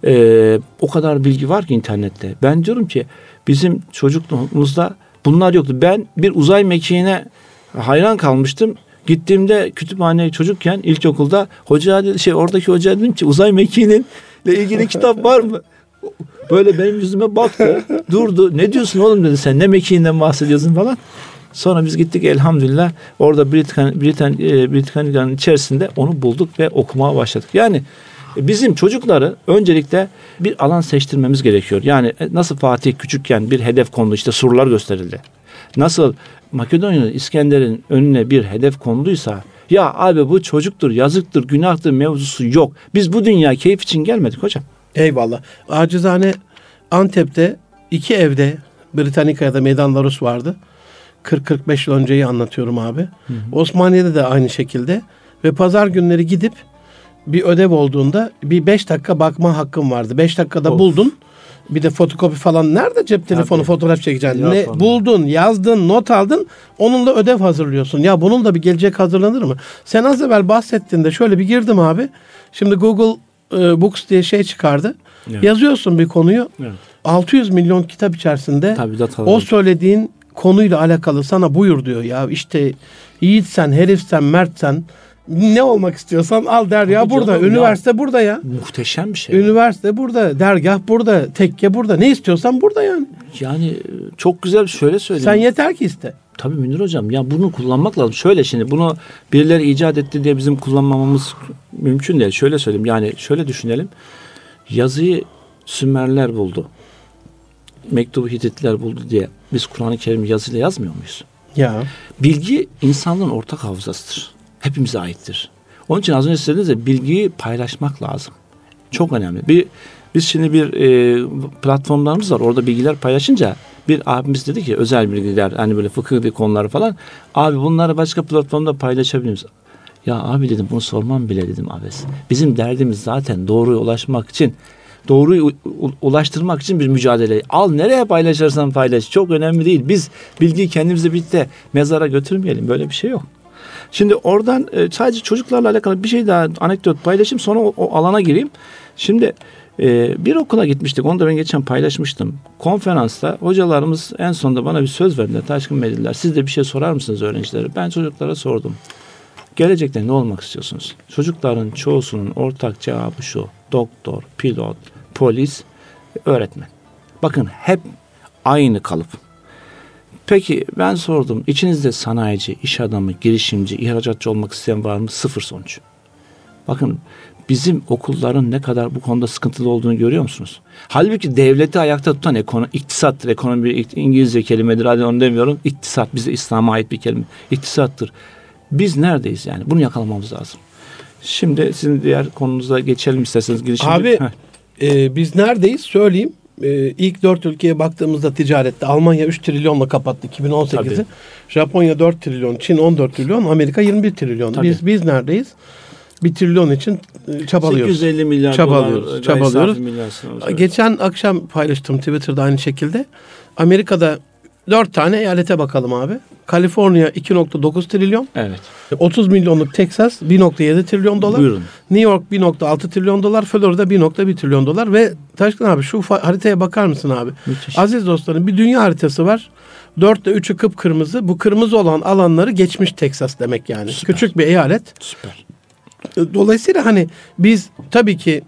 e, o kadar bilgi var ki internette. Ben diyorum ki bizim çocukluğumuzda bunlar yoktu. Ben bir uzay mekiğine hayran kalmıştım. Gittiğimde kütüphaneye çocukken ilkokulda hoca dedi, şey oradaki hoca dedim ki uzay mekiğinin ile ilgili kitap var mı? Böyle benim yüzüme baktı, durdu. Ne diyorsun oğlum dedi, sen ne mekiğinden bahsediyorsun falan. Sonra biz gittik elhamdülillah orada Britann Britann Britannica'nın içerisinde onu bulduk ve okumaya başladık. Yani bizim çocukları öncelikle bir alan seçtirmemiz gerekiyor. Yani nasıl Fatih küçükken bir hedef kondu, işte surlar gösterildi. Nasıl Makedonya'nın İskender'in önüne bir hedef konduysa, ya abi bu çocuktur, yazıktır, günahtır mevzusu yok. Biz bu dünya keyif için gelmedik hocam. Eyvallah. Acizane Antep'te iki evde Britannica'da Meydan Larus vardı. kırk kırk beş yıl önceyi anlatıyorum abi. Hı hı. Osmaniye'de de aynı şekilde ve pazar günleri gidip bir ödev olduğunda bir beş dakika bakma hakkım vardı. beş dakikada of. Buldun. Bir de fotokopi falan. Nerede cep telefonu Tabii. fotoğraf çekeceksin? Ne onu. Buldun, yazdın, not aldın. Onunla ödev hazırlıyorsun. Ya bunun da bir gelecek hazırlanır mı? Sen az evvel bahsettiğinde şöyle bir girdim abi. Şimdi Google e, Books diye şey çıkardı. Evet. Yazıyorsun bir konuyu. Evet. altı yüz milyon kitap içerisinde Tabii, o söylediğin konuyla alakalı sana buyur diyor ya. İşte yiğitsen, herifsen, mertsen, ne olmak istiyorsan al derya Tabii burada. Üniversite ya. Burada ya. Muhteşem bir şey. Üniversite burada. Dergah burada. Tekke burada. Ne istiyorsan burada yani. Yani çok güzel şöyle söyleyeyim. Sen yeter ki iste. Tabii Münir hocam. Ya bunu kullanmak lazım. Şöyle şimdi bunu birileri icat etti diye bizim kullanmamamız mümkün değil. Şöyle söyleyeyim. Yani şöyle düşünelim. Yazıyı Sümerler buldu. Mektubu Hititliler buldu diye biz Kur'an-ı Kerim yazıyla yazmıyor muyuz? Ya. Bilgi insanlığın ortak hafızasıdır. Hepimize aittir. Onun için az önce söylediğiniz gibi bilgiyi paylaşmak lazım. Çok önemli. Bir, biz şimdi bir e, platformlarımız var. Orada bilgiler paylaşınca bir abimiz dedi ki özel bilgiler hani böyle fıkıh bir konuları falan. Abi bunları başka platformda paylaşabilir miyiz? Ya abi dedim bunu sormam bile dedim abes. Bizim derdimiz zaten doğruya ulaşmak için, doğruyu u- ulaştırmak için bir mücadele. Al nereye paylaşırsan paylaş. Çok önemli değil. Biz bilgiyi kendimize birlikte mezara götürmeyelim. Böyle bir şey yok. Şimdi oradan e, sadece çocuklarla alakalı bir şey daha anekdot paylaşayım. Sonra o, o alana gireyim. Şimdi e, bir okula gitmiştik. Onu da ben geçen paylaşmıştım. Konferansta hocalarımız en sonunda bana bir söz verdiler. Taşkın Bey dediler. Siz de bir şey sorar mısınız öğrencilere? Ben çocuklara sordum. Gelecekte ne olmak istiyorsunuz? Çocukların çoğusunun ortak cevabı şu. Doktor, pilot, polis, öğretmen. Bakın hep aynı kalıp. Peki ben sordum. İçinizde sanayici, iş adamı, girişimci, ihracatçı olmak isteyen var mı? Sıfır sonuç. Bakın bizim okulların ne kadar bu konuda sıkıntılı olduğunu görüyor musunuz? Halbuki devleti ayakta tutan ekonomi, iktisattır. Ekonomi bir İngilizce kelimedir. Hadi onu demiyorum. İktisat bize İslam'a ait bir kelime. İktisattır. Biz neredeyiz yani? Bunu yakalamamız lazım. Şimdi sizin diğer konunuza geçelim isterseniz. Girişimci. Abi e, biz neredeyiz? Söyleyeyim. E, ilk dört ülkeye baktığımızda ticarette Almanya üç trilyonla kapattı iki bin on sekizi. Tabii. Japonya dört trilyon, Çin on dört trilyon, Amerika yirmi bir trilyon. Tabii. Biz biz neredeyiz? Bir trilyon için çabalıyoruz. sekiz yüz elli milyar çabalıyoruz, dolar. Çabalıyoruz. Milyar Geçen akşam paylaştım Twitter'da aynı şekilde. Amerika'da dört tane eyalete bakalım abi. Kaliforniya iki virgül dokuz trilyon. Evet. otuz milyonluk Texas bir virgül yedi trilyon dolar. Buyurun. New York bir virgül altı trilyon dolar. Florida bir virgül bir trilyon dolar. Ve Taşkın abi şu haritaya bakar mısın abi? Müthiş. Aziz dostlarım bir dünya haritası var. Dörtte üçü kıpkırmızı. Bu kırmızı olan alanları geçmiş Texas demek yani. Süper. Küçük bir eyalet. Süper. Dolayısıyla hani biz tabii ki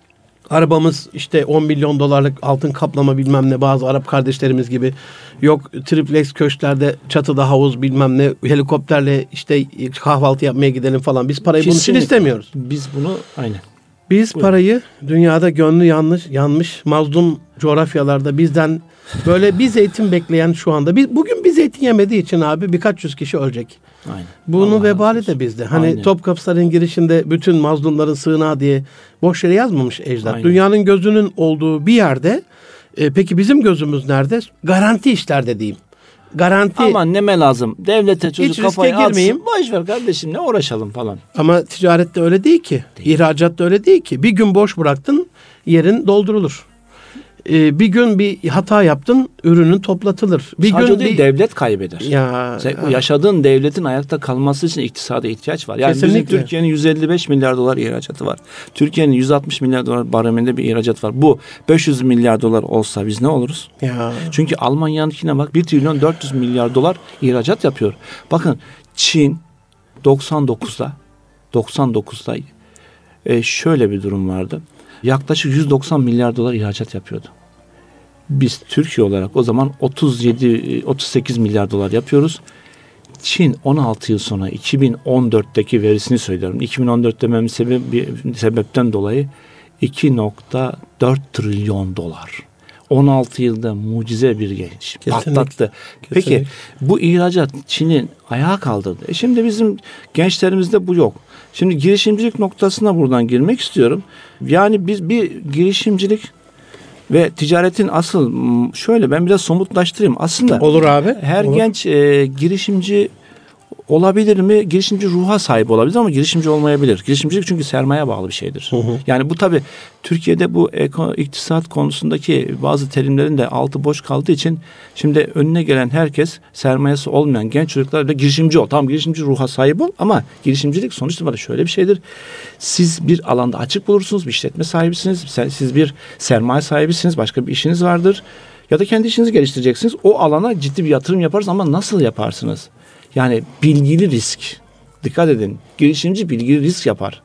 Arabamız işte on milyon dolarlık altın kaplama bilmem ne, bazı Arap kardeşlerimiz gibi. Yok triplex köşklerde çatıda havuz bilmem ne, helikopterle işte kahvaltı yapmaya gidelim falan. Biz parayı Kesinlikle. bunun için istemiyoruz. Biz bunu aynen. Biz Buyurun. parayı dünyada gönlü yanlış, yanmış mazlum coğrafyalarda bizden böyle bir zeytin bekleyen şu anda. Biz, bugün bir zeytin yemediği için abi birkaç yüz kişi ölecek. Aynen. Bunun Allah vebali de bizde. Hani Aynen. Topkapı Sarayı'nın girişinde bütün mazlumların sığınağı diye boş yere yazmamış ecdat. Aynen. Dünyanın gözünün olduğu bir yerde e, peki bizim gözümüz nerede? Garanti işlerde diyeyim. Garanti. Aman neme lazım. Devlete çocuk Hiç kafayı riske girmeyeyim. atsın. Boş ver kardeşim, ne uğraşalım falan. Ama ticarette öyle değil ki. Değil. İhracatta öyle değil ki. Bir gün boş bıraktın, yerin doldurulur. Ee, bir gün bir hata yaptın, ürünün toplatılır. Bir Sadece gün değil, bir devlet kaybeder. ya Sen, yaşadığın devletin ayakta kalması için iktisada ihtiyaç var. Yani Kesinlikle. bizim Türkiye'nin yüz elli beş milyar dolar ihracatı var. Türkiye'nin yüz altmış milyar dolar bareminde bir ihracat var. Bu beş yüz milyar dolar olsa biz ne oluruz? ya Çünkü Almanya'nınkine bak, bir trilyon dört yüz milyar dolar ihracat yapıyor. Bakın Çin doksan dokuzda doksan dokuzda e, şöyle bir durum vardı. Yaklaşık yüz doksan milyar dolar ihracat yapıyordu. Biz Türkiye olarak o zaman otuz yedi otuz sekiz milyar dolar yapıyoruz. Çin on altı yıl sonra iki bin on dörtteki verisini söylüyorum. iki bin on dört dememin sebebi, bir sebepten dolayı iki nokta dört trilyon dolar. on altı yılda mucize bir genç. Patlattı. Peki Kesinlikle. bu ihracat Çin'in ayağa kaldırdı. E şimdi bizim gençlerimizde bu yok. Şimdi girişimcilik noktasına buradan girmek istiyorum. Yani biz bir girişimcilik ve ticaretin asıl şöyle, ben biraz somutlaştırayım. Aslında olur abi. her olur. genç e, girişimci olabilir mi? Girişimci ruha sahip olabilir ama girişimci olmayabilir. Girişimcilik çünkü sermaye bağlı bir şeydir. Hı hı. Yani bu tabii Türkiye'de bu eko, iktisat konusundaki bazı terimlerin de altı boş kaldığı için şimdi önüne gelen herkes sermayesi olmayan genç çocuklar da girişimci ol. Tamam, girişimci ruha sahip ol ama girişimcilik sonuçta bana şöyle bir şeydir. Siz bir alanda açık bulursunuz, bir işletme sahibisiniz, siz bir sermaye sahibisiniz, başka bir işiniz vardır. Ya da kendi işinizi geliştireceksiniz. O alana ciddi bir yatırım yaparsınız ama nasıl yaparsınız? Yani bilgili risk. Dikkat edin. Girişimci bilgili risk yapar.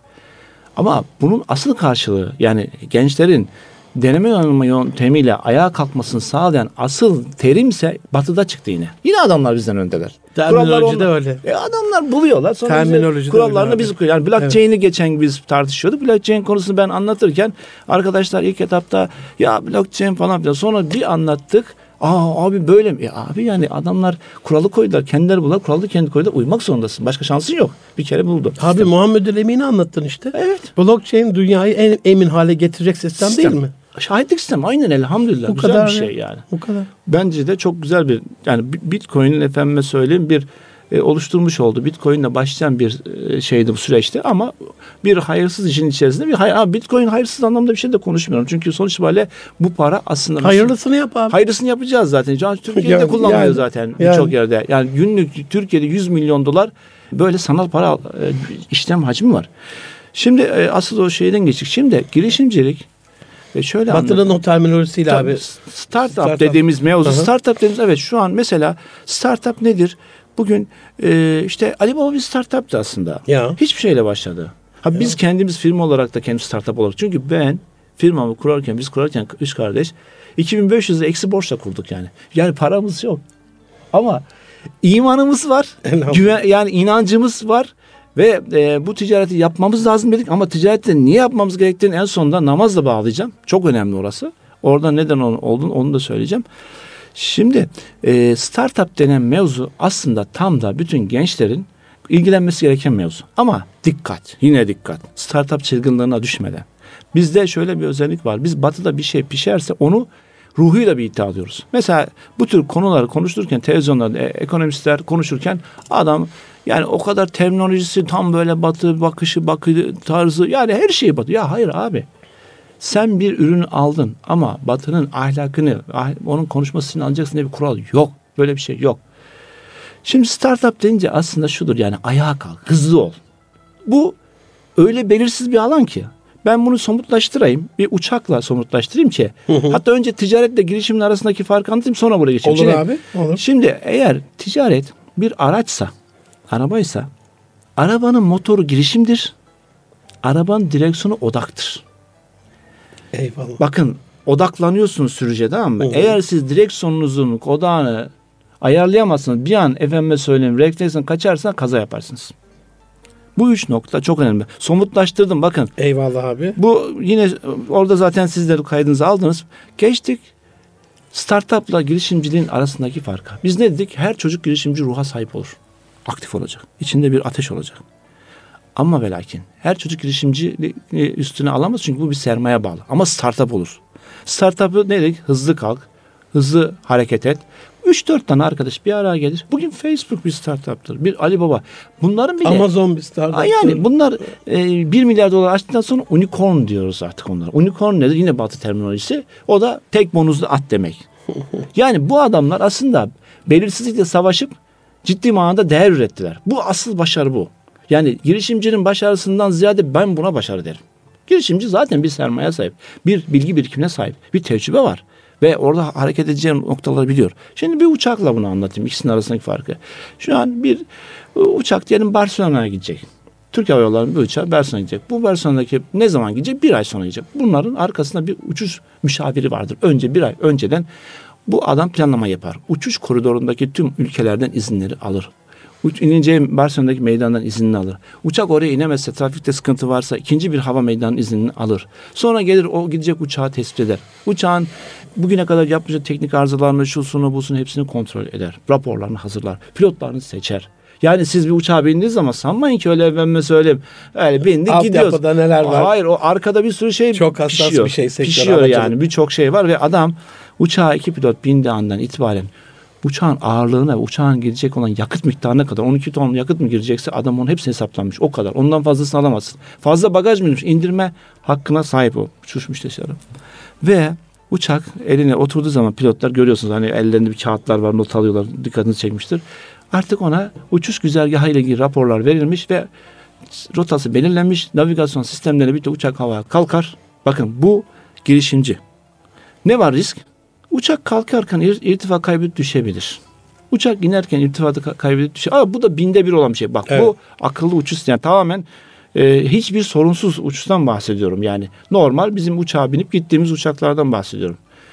Ama bunun asıl karşılığı, yani gençlerin deneme yanılma yöntemiyle ayağa kalkmasını sağlayan asıl terimse batıda çıktı yine. Yine adamlar bizden öndeler. Terminoloji de öyle. E adamlar buluyorlar. Sonra Terminoloji de kurallarını öyle biz abi. koyuyoruz. Yani blockchain'i Evet. geçen biz tartışıyorduk. Blockchain konusunu ben anlatırken arkadaşlar ilk etapta ya blockchain falan filan, sonra bir anlattık. Aa abi böyle mi? E abi yani adamlar kuralı koydular. Kendileri buldular. Kuralı kendi koydular. Uymak zorundasın. Başka şansın yok. Bir kere buldun. Abi Sistem. Muhammedül Emin'i anlattın işte. Evet. Blockchain dünyayı en emin hale getirecek sistem, Sistem. değil mi? Şahitlik sistemi aynen, elhamdülillah. Bu Güzel kadar bir ya. şey yani. Bu kadar. Bence de çok güzel bir, yani Bitcoin'in efendime söyleyeyim bir e, oluşturmuş oldu. Bitcoin'le başlayan bir e, şeydi bu süreçte ama bir hayırsız işin içerisinde bir hayır, abi Bitcoin hayırsız anlamda bir şey de konuşmuyorum. Çünkü sonuç itibariyle bu para aslında Hayırlısını yap abi. hayırlısını yapacağız zaten. Can Türkiye'de Yani, kullanılıyor yani, zaten yani. birçok yerde. Yani günlük Türkiye'de yüz milyon dolar böyle sanal para e, işlem hacmi var. Şimdi e, asıl o şeyden geçtik. Şimdi girişimcilik ve şöyle Batı'nın o terminolojisiyle Tabii, abi. startup, Startup. dediğimiz mevzu. Hı hı. Startup dediğimiz, evet, şu an mesela startup nedir? Bugün e, işte Ali Baba bir startuptı aslında. Ya. Hiçbir şeyle başladı. Ha, biz kendimiz firma olarak da kendimiz startup olarak. Çünkü ben firmamı kurarken, biz kurarken üç kardeş iki bin beş yüz lira eksi borçla kurduk yani. Yani paramız yok. Ama imanımız var. Güven, yani inancımız var. Ve e, bu ticareti yapmamız lazım dedik ama ticarette niye yapmamız gerektiğini en sonunda namazla bağlayacağım. Çok önemli orası. Orada neden olduğunu onu da söyleyeceğim. Şimdi e, startup denen mevzu aslında tam da bütün gençlerin ilgilenmesi gereken mevzu. Ama dikkat, yine dikkat. Startup çılgınlığına düşmeden. Bizde şöyle bir özellik var. Biz batıda bir şey pişerse onu ruhuyla bir iddia alıyoruz. Mesela bu tür konuları konuşurken televizyonlarda e, ekonomistler konuşurken adam yani o kadar terminolojisi tam böyle batı bakışı, bakı tarzı, yani her şeyi batı. Ya hayır abi. Sen bir ürünü aldın ama batının ahlakını, onun konuşmasını alacaksın diye bir kural yok. Böyle bir şey yok. Şimdi startup deyince aslında şudur, yani ayağa kalk, hızlı ol. Bu öyle belirsiz bir alan ki. Ben bunu somutlaştırayım. Bir uçakla somutlaştırayım ki. Hı hı. Hatta önce ticaretle girişimin arasındaki farkı anlatayım, sonra buraya geçeyim. Olur Şimdi, abi. Olur. Şimdi eğer ticaret bir araçsa, arabaysa, arabanın motoru girişimdir. Arabanın direksiyonu odaktır. Eyvallah. Bakın odaklanıyorsunuz sürüce, tamam mı? Hı. Eğer siz direksiyonunuzun odağını ayarlayamazsınız, bir an efendime söyleyeyim refleksin kaçarsa kaza yaparsınız. Bu üç nokta çok önemli. Somutlaştırdım bakın. Eyvallah abi. Bu yine orada zaten sizler kaydınızı aldınız. Geçtik. Startup'la girişimciliğin arasındaki farka. Biz ne dedik? Her çocuk girişimci ruha sahip olur. Aktif olacak. İçinde bir ateş olacak. Ama ve lakin her çocuk girişimci üstüne alamaz çünkü bu bir sermaye bağlı. Ama startup olur. Startup'ı ne dedik? Hızlı kalk, hızlı hareket et. üç dört tane arkadaş bir araya gelir. Bugün Facebook bir startup'tır. Bir Alibaba. Bunların bile... Amazon bir startup'tır. Yani bunlar e, bir milyar dolar açtıktan sonra unicorn diyoruz artık onlara. Unicorn nedir? Yine Batı terminolojisi. O da tek bonuzlu at demek. Yani bu adamlar aslında belirsizlikle savaşıp ciddi manada değer ürettiler. Bu asıl başarı bu. Yani girişimcinin başarısından ziyade ben buna başarı derim. Girişimci zaten bir sermaye sahip. Bir bilgi birikimine sahip. Bir tecrübe var. Ve orada hareket edeceğim noktaları biliyor. Şimdi bir uçakla bunu anlatayım. İkisinin arasındaki farkı. Şu an bir uçak diyelim Barcelona'ya gidecek. Türk Hava Yolları'nın bir uçağı Barcelona'ya gidecek. Bu Barcelona'daki ne zaman gidecek? Bir ay sonra gidecek. Bunların arkasında bir uçuş müşaviri vardır. Önce bir ay önceden bu adam planlama yapar. Uçuş koridorundaki tüm ülkelerden izinleri alır. İnince Barcelona'daki meydandan iznini alır. Uçak oraya inemezse, trafikte sıkıntı varsa ikinci bir hava meydanının iznini alır. Sonra gelir o gidecek uçağı tespit eder. Uçağın bugüne kadar yapmış teknik arızalarını, şusunu, busunu hepsini kontrol eder. Raporlarını hazırlar. Pilotlarını seçer. Yani siz bir uçağa bindiğiniz zaman sanmayın ki öyle efendime söyleyeyim. Öyle bindik alt gidiyoruz. Yapıda neler var? Hayır, o arkada bir sürü şey çok hassas pişiyor. bir şey. Pişiyor yani birçok şey var ve adam uçağa iki pilot bindiği andan itibaren uçağın ağırlığına ve uçağın girecek olan yakıt miktarına kadar on iki ton yakıt mı girecekse adam onun hepsini hesaplanmış. O kadar. Ondan fazlasını alamazsın. Fazla bagaj mı? İndirme hakkına sahip o. Uçuş müsteşarı. Ve uçak eline oturduğu zaman pilotlar görüyorsunuz hani ellerinde bir kağıtlar var, not alıyorlar, dikkatinizi çekmiştir. Artık ona uçuş güzergahı ile ilgili raporlar verilmiş ve rotası belirlenmiş. Navigasyon sistemleri birlikte uçak havaya kalkar. Bakın bu girişimci. Ne var risk? Uçak kalkarken irtifa kaybedip düşebilir. Uçak inerken irtifatı kaybedip düşebilir. Aa, bu da binde bir olan bir şey. Bak evet. Bu akıllı uçuş yani tamamen e, hiçbir sorunsuz uçuştan bahsediyorum. Yani normal bizim uçağa binip gittiğimiz uçaklardan bahsediyorum.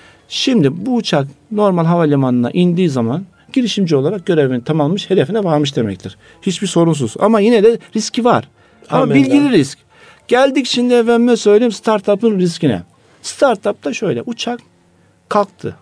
Şimdi bu uçak normal havalimanına indiği zaman girişimci olarak görevini tamamlamış, hedefine varmış demektir. Hiçbir sorunsuz. Ama yine de riski var. Ama Amen bilgili risk. Geldik şimdi efendime söyleyeyim startup'ın riskine. Startup'ta şöyle uçak kalktı.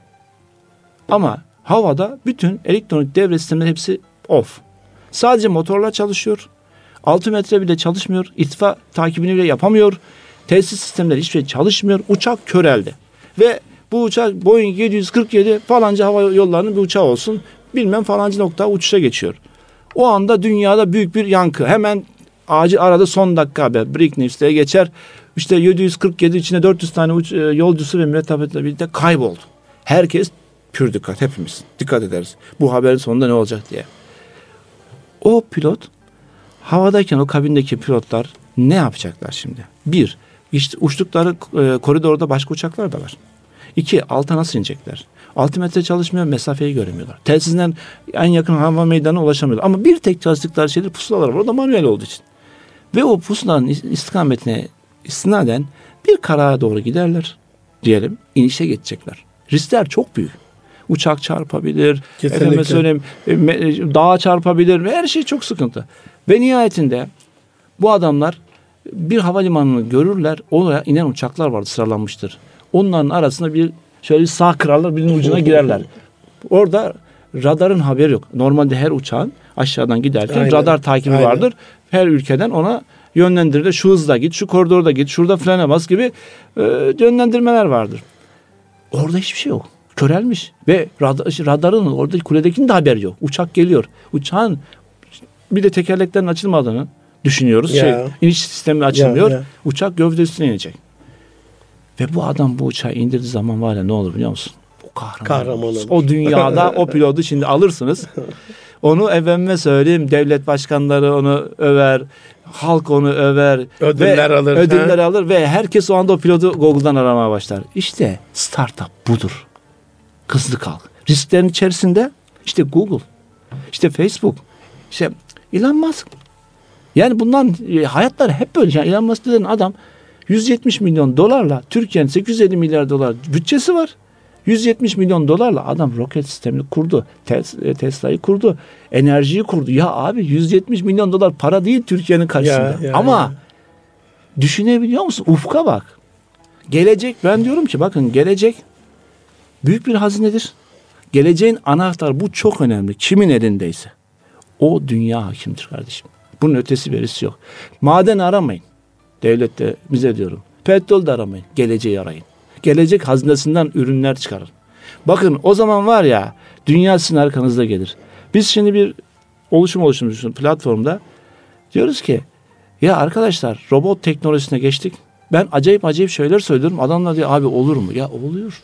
Ama havada bütün elektronik devre sistemleri hepsi off. Sadece motorlar çalışıyor. altı metre bile çalışmıyor. İrtifa takibini bile yapamıyor. Tesis sistemleri hiçbir şey çalışmıyor. Uçak köreldi. Ve bu uçak Boeing yedi yüz kırk yedi falanca hava yollarının bir uçağı olsun. Bilmem falanca nokta uçuşa geçiyor. O anda dünyada büyük bir yankı. Hemen acil arada son dakika haber. Break news'e geçer. İşte yedi yüz kırk yedi içinde dört yüz tane uç, yolcusu ve mürettebatle birlikte kayboldu. Herkes pür dikkat, hepimiz dikkat ederiz. Bu haberin sonunda ne olacak diye. O pilot havadayken o kabindeki pilotlar ne yapacaklar şimdi? Bir, işte uçtukları e, koridorda başka uçaklar da var. İki, alta nasıl inecekler? Altı metre çalışmıyor, mesafeyi göremiyorlar. Telsizden en yakın hava meydanına ulaşamıyorlar. Ama bir tek çalıştıkları şeyler pusulalar var. O da manuel olduğu için. Ve o pusulanın istikametine istinaden bir karağa doğru giderler diyelim. İnişe geçecekler. Riskler çok büyük. Uçak çarpabilir, efendime söyleyeyim, dağa çarpabilir ve her şey çok sıkıntı. Ve nihayetinde bu adamlar bir havalimanını görürler. Oraya inen uçaklar vardı, sıralanmıştır. Onların arasında bir şöyle sağ kırarlar, birinin ucuna girerler. Orada radarın haberi yok. Normalde her uçağın aşağıdan giderken Aynen. radar takibi Aynen. vardır. Her ülkeden ona yönlendirilir. Şu hızla git, şu koridorda git, şurada frene bas gibi e, yönlendirmeler vardır. Orada hiçbir şey yok. Körelmiş ve radar, radarın orada kuledekinin de haberi yok. Uçak geliyor. Uçağın bir de tekerleklerin açılmadığını düşünüyoruz. Ya. Şey, iniş sistemi açılmıyor. Ya, ya. Uçak gövde üstüne inecek. Ve bu adam bu uçağı indirdiği zaman var ya ne olur biliyor musun? O kahraman. kahraman o dünyada o pilotu şimdi alırsınız. Onu efendime söyleyeyim devlet başkanları onu över. Halk onu över. Ödüller ve alır. Ödüller he? alır ve herkes o anda o pilotu Google'dan aramaya başlar. İşte startup budur. Hızlı kalk. Risklerin içerisinde işte Google, işte Facebook, işte Elon Musk. Yani bundan e, hayatlar hep böyle. Yani Elon Musk denen adam yüz yetmiş milyon dolarla Türkiye'nin sekiz yüz elli milyar dolar bütçesi var. yüz yetmiş milyon dolarla adam roket sistemini kurdu. Tesla'yı kurdu. Enerjiyi kurdu. Ya abi yüz yetmiş milyon dolar para değil Türkiye'nin karşısında. Ya, ya, Ama ya. Düşünebiliyor musun? Ufka bak. Gelecek, ben diyorum ki bakın gelecek büyük bir hazinedir. Geleceğin anahtarı, bu çok önemli. Kimin elindeyse. O dünya hakimdir kardeşim. Bunun ötesi berisi yok. Maden aramayın. Devlette bize diyorum. Petrol de aramayın. Geleceği arayın. Gelecek hazinesinden ürünler çıkarın. Bakın o zaman var ya, dünya sizin arkanızda gelir. Biz şimdi bir oluşum oluşturmuşuz platformda. Diyoruz ki ya arkadaşlar, robot teknolojisine geçtik. Ben acayip acayip şeyler söylüyorum. Adamlar diyor abi olur mu? Ya oluyor.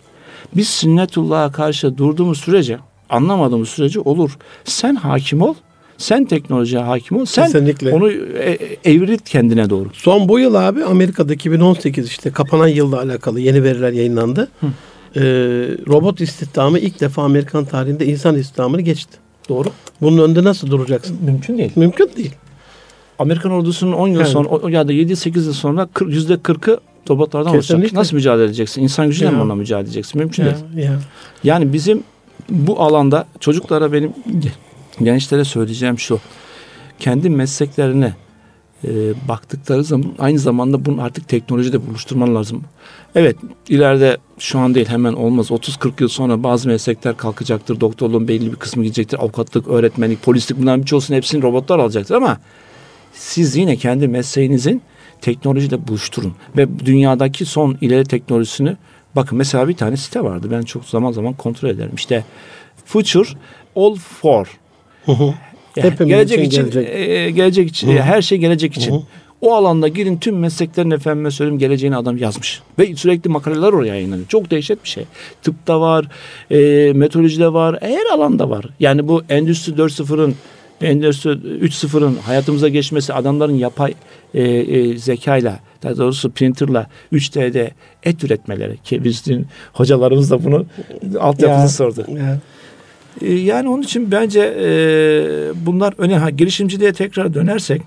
Biz sünnetullah'a karşı durduğumuz sürece, anlamadığımız sürece olur. Sen hakim ol. Sen teknolojiye hakim ol. Sen Kesinlikle. Onu evrit kendine doğru. Son bu yıl abi Amerika'da iki bin on sekiz işte kapanan yılla alakalı yeni veriler yayınlandı. Ee, robot istihdamı ilk defa Amerikan tarihinde insan istihdamını geçti. Doğru. Bunun önünde nasıl duracaksın? Mümkün değil. Mümkün değil. Amerikan ordusunun on yıl yani. sonra ya da yedi sekiz yıl sonra yüzde kırkı robotlardan olacak. Nasıl mücadele edeceksin? İnsan gücüyle mi onunla mücadele edeceksin? Mümkün ya, değil. Ya. Yani bizim bu alanda çocuklara, benim gençlere söyleyeceğim şu. Kendi mesleklerine e, baktıkları zaman aynı zamanda bunu artık teknolojide buluşturman lazım. Evet, ileride şu an değil hemen olmaz. otuz kırk yıl sonra bazı meslekler kalkacaktır. Doktorluğun belli bir kısmı gidecektir. Avukatlık, öğretmenlik, polislik, bunların birçoğusunu hepsini robotlar alacaktır ama siz yine kendi mesleğinizin teknolojiyle buluşturun. Ve dünyadaki son ileri teknolojisini bakın, mesela bir tane site vardı. Ben çok zaman zaman kontrol ederim. İşte Future All For. Hı hı. Yani gelecek için, gelecek. E, gelecek için, e, her şey gelecek için. Hı hı. O alanda girin, tüm mesleklerin efendime söyleyeyim geleceğini adam yazmış. Ve sürekli makaleler oraya yayınlanıyor. Çok dehşet bir şey. Tıpta var, e, meteorolojide var, her alanda var. Yani bu Endüstri dört nokta sıfırın, Endüstri üç nokta sıfırın hayatımıza geçmesi, adamların yapay e, e, zekayla, daha doğrusu printerla üç D'de et üretmeleri, ki bizim hocalarımız da bunu altyapısı sordu. Ya. E, yani onun için bence e, bunlar önemli. Ha, girişimciliğe tekrar dönersek,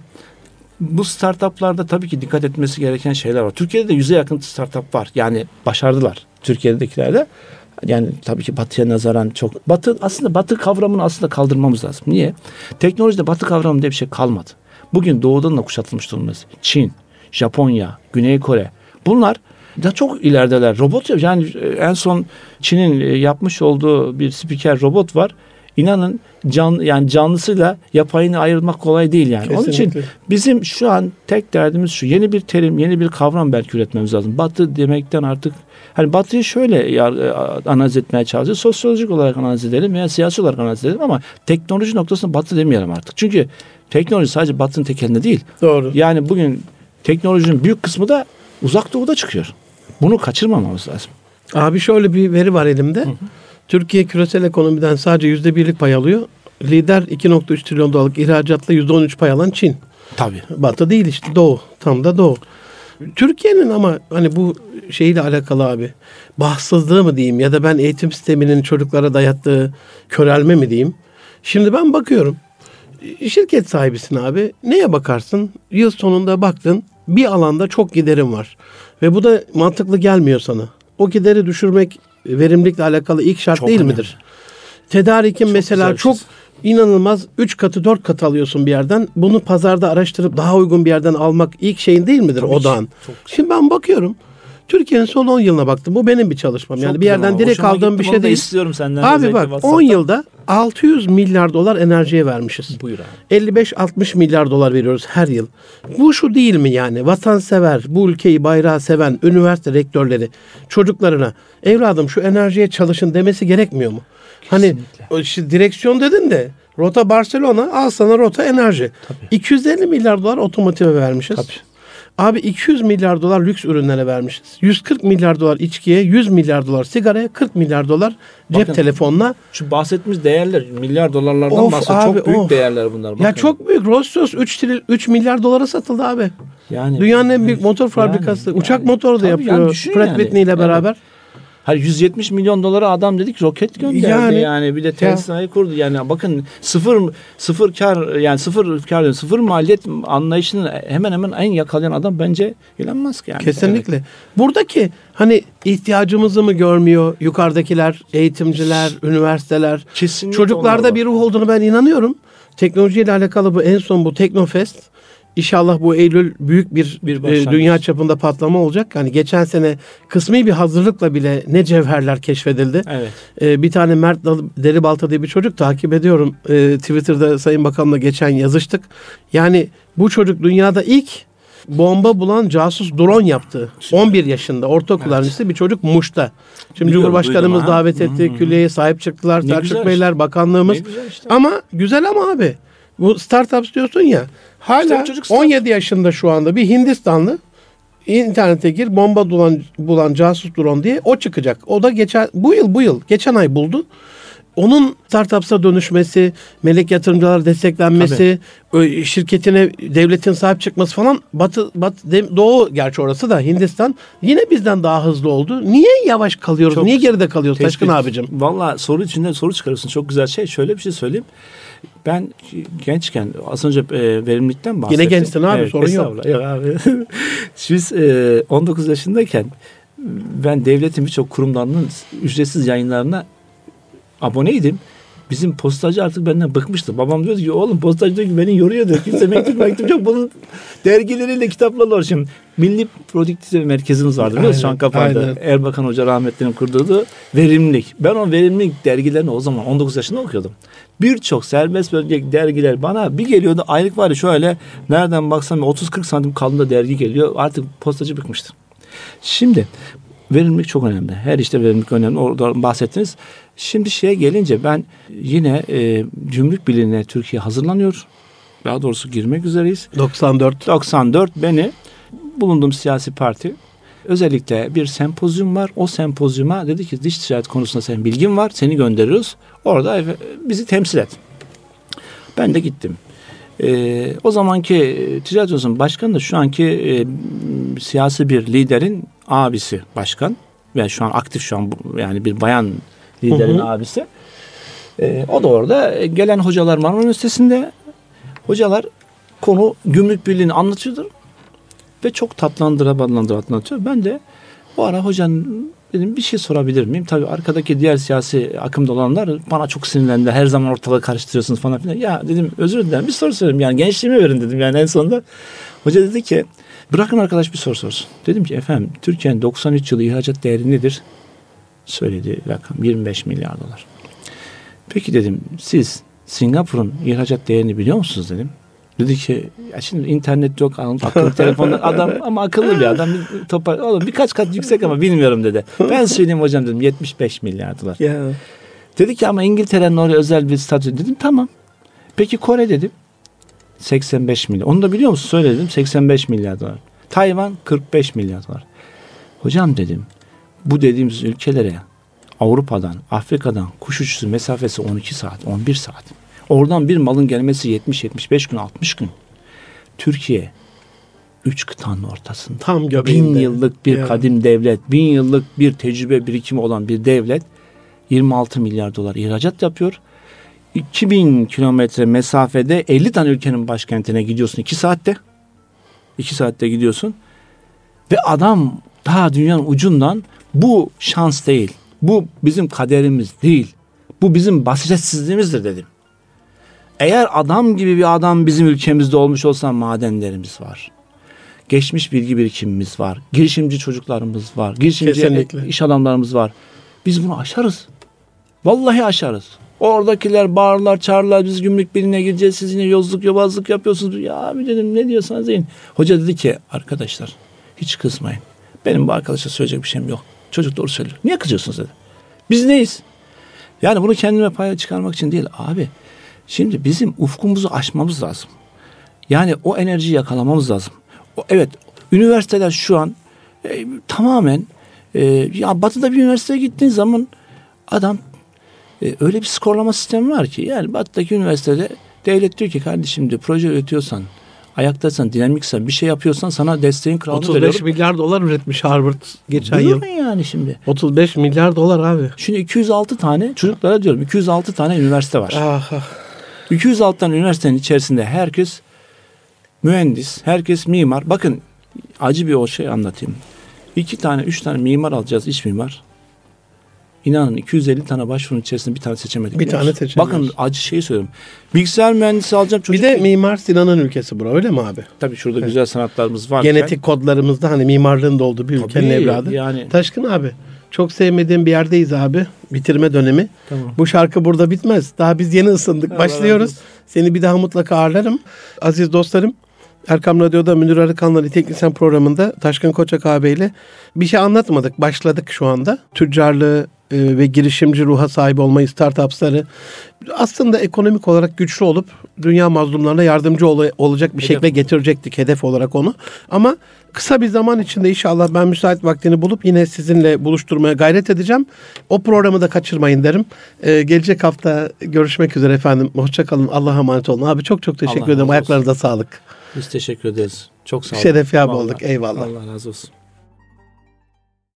bu startuplarda tabii ki dikkat etmesi gereken şeyler var. Türkiye'de de yüze yakın startup var. Yani başardılar Türkiye'dekilerde. Yani tabii ki Batı'ya nazaran çok. Batı, aslında Batı kavramını aslında kaldırmamız lazım. Niye? Teknolojide Batı kavramı diye bir şey kalmadı. Bugün doğudan da kuşatılmış durumdayız. Çin, Japonya, Güney Kore. Bunlar da çok ilerideler. Robot, yani en son Çin'in yapmış olduğu bir spiker robot var. İnanın can, yani canlısıyla yapayını ayırmak kolay değil yani. Kesinlikle. Onun için bizim şu an tek derdimiz şu. Yeni bir terim, yeni bir kavram belki üretmemiz lazım. Batı demekten artık, hani Batı'yı şöyle analiz etmeye çalışıyoruz. Sosyolojik olarak analiz edelim veya siyasi olarak analiz edelim ama teknoloji noktasında Batı demeyelim artık. Çünkü teknoloji sadece Batı'nın tek elinde değil. Doğru. Yani bugün teknolojinin büyük kısmı da Uzak Doğu'da çıkıyor. Bunu kaçırmamamız lazım. Abi şöyle bir veri var elimde. Hı hı. Türkiye küresel ekonomiden sadece yüzde birlik pay alıyor. Lider iki nokta üç trilyon dolarlık ihracatla yüzde on üç pay alan Çin. Tabii. Batı değil işte, Doğu. Tam da Doğu. Türkiye'nin ama hani bu şeyle alakalı abi, bahtsızlığı mı diyeyim ya da ben eğitim sisteminin çocuklara dayattığı körelme mi diyeyim. Şimdi ben bakıyorum. Şirket sahibisin abi. Neye bakarsın? Yıl sonunda baktın bir alanda çok giderim var. Ve bu da mantıklı gelmiyor sana. O gideri düşürmek verimlilikle alakalı ilk şart çok değil önemli. Midir? Tedarikin çok mesela çok inanılmaz üç katı dört katı alıyorsun bir yerden. Bunu pazarda araştırıp daha uygun bir yerden almak ilk şeyin değil midir? Tabii odağın. Şimdi ben bakıyorum. Türkiye'nin son on yılına baktım. Bu benim bir çalışmam. Çok yani bir yerden direkt aldığım bir şey değil. istiyorum senden. Abi bak on yılda altı yüz milyar dolar enerjiye vermişiz. Buyur abi. elli beş altmış milyar dolar veriyoruz her yıl. Bu şu değil mi yani? Vatansever, bu ülkeyi bayrağı seven üniversite rektörleri çocuklarına evladım şu enerjiye çalışın demesi gerekmiyor mu? Kesinlikle. Hani işte direksiyon dedin de rota Barcelona, al sana rota enerji. Tabii. iki yüz elli milyar dolar otomotive vermişiz. Tabii. Abi iki yüz milyar dolar lüks ürünlere vermişiz. yüz kırk milyar dolar içkiye, yüz milyar dolar sigaraya, kırk milyar dolar cep bakın, telefonuna. Şu bahsettiğimiz değerler milyar dolarlardan bahsediyor. Çok büyük of. değerler bunlar. Bakın. Ya çok büyük. Rolls-Royce üç milyar dolara satıldı abi. Yani dünyanın en büyük motor fabrikası. Yani, uçak yani, motoru da yapıyor. Yani Pratt Whitney ile beraber. Hayır, yüz yetmiş milyon dolara adam dedik roket gönderdi yani, yani bir de Tesla'yı kurdu. Yani bakın sıfır sıfır kar yani sıfır kar sıfır maliyet anlayışını hemen hemen en yakalayan adam bence Elon Musk yani. Kesinlikle. Evet. Buradaki hani ihtiyacımızı mı görmüyor yukarıdakiler, eğitimciler, üniversiteler? Kesinlikle. Çocuklarda bir ruh olduğunu ben inanıyorum. Teknolojiyle alakalı bu en son bu Teknofest. İnşallah bu Eylül büyük bir, bir e, dünya çapında patlama olacak. Yani geçen sene kısmi bir hazırlıkla bile ne cevherler keşfedildi. Evet. E, bir tane Mert Deribalta diye bir çocuk takip ediyorum. E, Twitter'da Sayın Bakan'la geçen yazıştık. Yani bu çocuk dünyada ilk bomba bulan casus drone yaptı. on bir yaşında ortaokul öğrencisi, evet. Bir çocuk Muş'ta. Şimdi biliyorum, Cumhurbaşkanımız davet etti. Hmm. Külliyeye sahip çıktılar. Selçuk Beyler, işte. Bakanlığımız. Işte. Ama güzel ama abi. Bu startups diyorsun ya. Hala işte on yedi yaşında şu anda bir Hindistanlı internete gir bomba bulan, bulan casus drone diye o çıkacak. O da geçen bu yıl bu yıl geçen ay buldu. Onun startups'a dönüşmesi, melek yatırımcılar desteklenmesi, Tabii. şirketine devletin sahip çıkması falan Batı, Batı Doğu gerçi orası da Hindistan yine bizden daha hızlı oldu. Niye yavaş kalıyoruz? Çok Niye geride kalıyoruz Taşkın abicim? Valla soru içinden soru çıkarıyorsun. Çok güzel şey. Şöyle bir şey söyleyeyim. Ben gençken az önce e, verimlilikten bahsettim. Yine gençsin abi, evet, sorun yok. Yok abi. Biz e, on dokuz yaşındayken ben devletin birçok kurumlarının ücretsiz yayınlarına aboneydim. Bizim postacı artık benden bıkmıştı. Babam diyordu ki oğlum postacı diyor ki beni yoruyor diyor. Kimse mektup mektup yok. Bunun dergileriyle kitaplarla uğraşıyorum. Milli Produktivite Merkezimiz vardı biliyor musun? Şankapı'da Erbakan Hoca rahmetlinin kurduğu verimlilik. Ben o verimlilik dergilerini o zaman on dokuz yaşında okuyordum. Birçok serbest bölge dergiler bana bir geliyordu. Aylık var ya şöyle nereden baksam otuz kırk santim kalınlığında dergi geliyor. Artık postacı bıkmıştı. Şimdi verimlilik çok önemli. Her işte verimlilik önemli. Orada bahsettiniz. Şimdi şeye gelince ben yine e, Gümrük Birliği'ne Türkiye hazırlanıyor. Daha doğrusu girmek üzereyiz. doksan dört doksan dört beni bulunduğum siyasi parti özellikle bir sempozyum var. O sempozyuma dedi ki dış ticaret konusunda senin bilgin var. Seni gönderiyoruz. Orada bizi temsil et. Ben de gittim. Ee, o zamanki Ticaret Odası'nın başkanı da şu anki e, siyasi bir liderin abisi başkan. Yani şu an aktif şu an yani bir bayan liderin hı hı. abisi. Ee, o da orada gelen hocalar Marmara Üniversitesi'nde hocalar konu Gümrük Birliği'ni anlatıyordur. Ve çok tatlandıra ballandıra anlatıyor. Ben de o ara hocanın dedim bir şey sorabilir miyim? Tabii arkadaki diğer siyasi akımda olanlar bana çok sinirlendi. Her zaman ortalığı karıştırıyorsunuz falan filan. Ya dedim özür dilerim bir soru sorayım. Yani gençliğime verin dedim yani en sonunda. Hoca dedi ki bırakın arkadaş bir soru sorsun. Dedim ki efendim Türkiye'nin doksan üç yılı ihracat değeri nedir? Söyledi rakam yirmi beş milyar dolar. Peki dedim siz Singapur'un ihracat değerini biliyor musunuz dedim. Dedi ki ya şimdi internet yok akıllı telefonda adam ama akıllı bir adam bir topar oğlum birkaç kat yüksek ama bilmiyorum dedi. Ben söyleyeyim hocam dedim yetmiş beş milyar dolar. Yeah. Dedi ki ama İngiltere'nin oraya özel bir statü dedim tamam. Peki Kore dedim seksen beş milyar. Onu da biliyor musun? Söyledim seksen beş milyar dolar. Tayvan kırk beş milyar dolar. Hocam dedim bu dediğimiz ülkelere Avrupa'dan, Afrika'dan kuş uçuşu mesafesi on iki saat, on bir saat. Oradan bir malın gelmesi yetmiş yetmiş beş gün, altmış gün. Türkiye üç kıtanın ortasında. Tam göbeğinde. Bin yıllık bir yani. Kadim devlet, bin yıllık bir tecrübe birikimi olan bir devlet yirmi altı milyar dolar ihracat yapıyor. iki bin kilometre mesafede elli tane ülkenin başkentine gidiyorsun iki saatte. iki saatte gidiyorsun. Ve adam daha dünyanın ucundan bu şans değil. Bu bizim kaderimiz değil. Bu bizim basiretsizliğimizdir dedim. Eğer adam gibi bir adam bizim ülkemizde olmuş olsa madenlerimiz var. Geçmiş bilgi birikimimiz var. Girişimci çocuklarımız var. Girişimci Kesinlikle. iş adamlarımız var. Biz bunu aşarız. Vallahi aşarız. Oradakiler bağırlar, çağırırlar. Biz Gümrük Birliği'ne gireceğiz. Siz yine yozluk, yobazlık yapıyorsunuz. Ya abi dedim ne diyorsanız deyin. Hoca dedi ki arkadaşlar hiç kızmayın. Benim bu arkadaşa söyleyecek bir şeyim yok. Çocuk doğru söylüyor. Niye kızıyorsunuz dedi. Biz neyiz? Yani bunu kendime paya çıkarmak için değil abi. Şimdi bizim ufkumuzu aşmamız lazım. Yani o enerjiyi yakalamamız lazım. O, evet, üniversiteler şu an e, tamamen e, ya Batı'da bir üniversiteye gittiğin zaman adam e, öyle bir skorlama sistemi var ki yani Batı'daki üniversitede devlet diyor ki kardeşim diyor proje üretiyorsan ayaktaysan, dinamiksen, bir şey yapıyorsan sana desteğin kralını otuz veriyorum. beş milyar dolar üretmiş Harvard geçen Biliyor yıl. yani şimdi? otuz beş milyar dolar abi. Şimdi iki yüz altı tane çocuklara diyorum iki yüz altı tane üniversite var. Ah, ah. iki yüz altı tane üniversitenin içerisinde herkes mühendis, herkes mimar. Bakın acı bir o şey anlatayım. İki tane, üç tane mimar alacağız, iç mimar. İnanın iki yüz elli tane başvurunun içerisinde bir tane seçemedik. Bir tane seçemiyoruz. Bakın acı şeyi söylüyorum. Bilgisayar mühendisi alacağım çocuk. Bir de Mimar Sinan'ın ülkesi bura, öyle mi abi? Tabii şurada evet. Güzel sanatlarımız var. Genetik kodlarımızda hani mimarlığın da olduğu bir Tabii, ülkenin evladı. Yani. Taşkın abi, çok sevmediğim bir yerdeyiz abi. Bitirme dönemi. Tamam. Bu şarkı burada bitmez. Daha biz yeni ısındık. Allah Başlıyoruz. Allah. Seni bir daha mutlaka ağırlarım. Aziz dostlarım, Erkam Radyo'da Münir Arıkan'la Nitelikli programında Taşkın Koçak ağabeyle bir şey anlatmadık. Başladık şu anda. Tüccarlığı e, ve girişimci ruha sahip olmayı, startupsları aslında ekonomik olarak güçlü olup dünya mazlumlarına yardımcı ol- olacak bir hedef. Şekle getirecektik hedef olarak onu. Ama kısa bir zaman içinde inşallah ben müsait vaktini bulup yine sizinle buluşturmaya gayret edeceğim. O programı da kaçırmayın derim. Ee, gelecek hafta görüşmek üzere efendim. Hoşça kalın. Allah'a emanet olun. Abi çok çok teşekkür Allah ederim. Ayaklarınıza sağlık. Biz teşekkür ederiz. Çok sağ olun. Şeref yap olduk. Eyvallah. Allah razı olsun.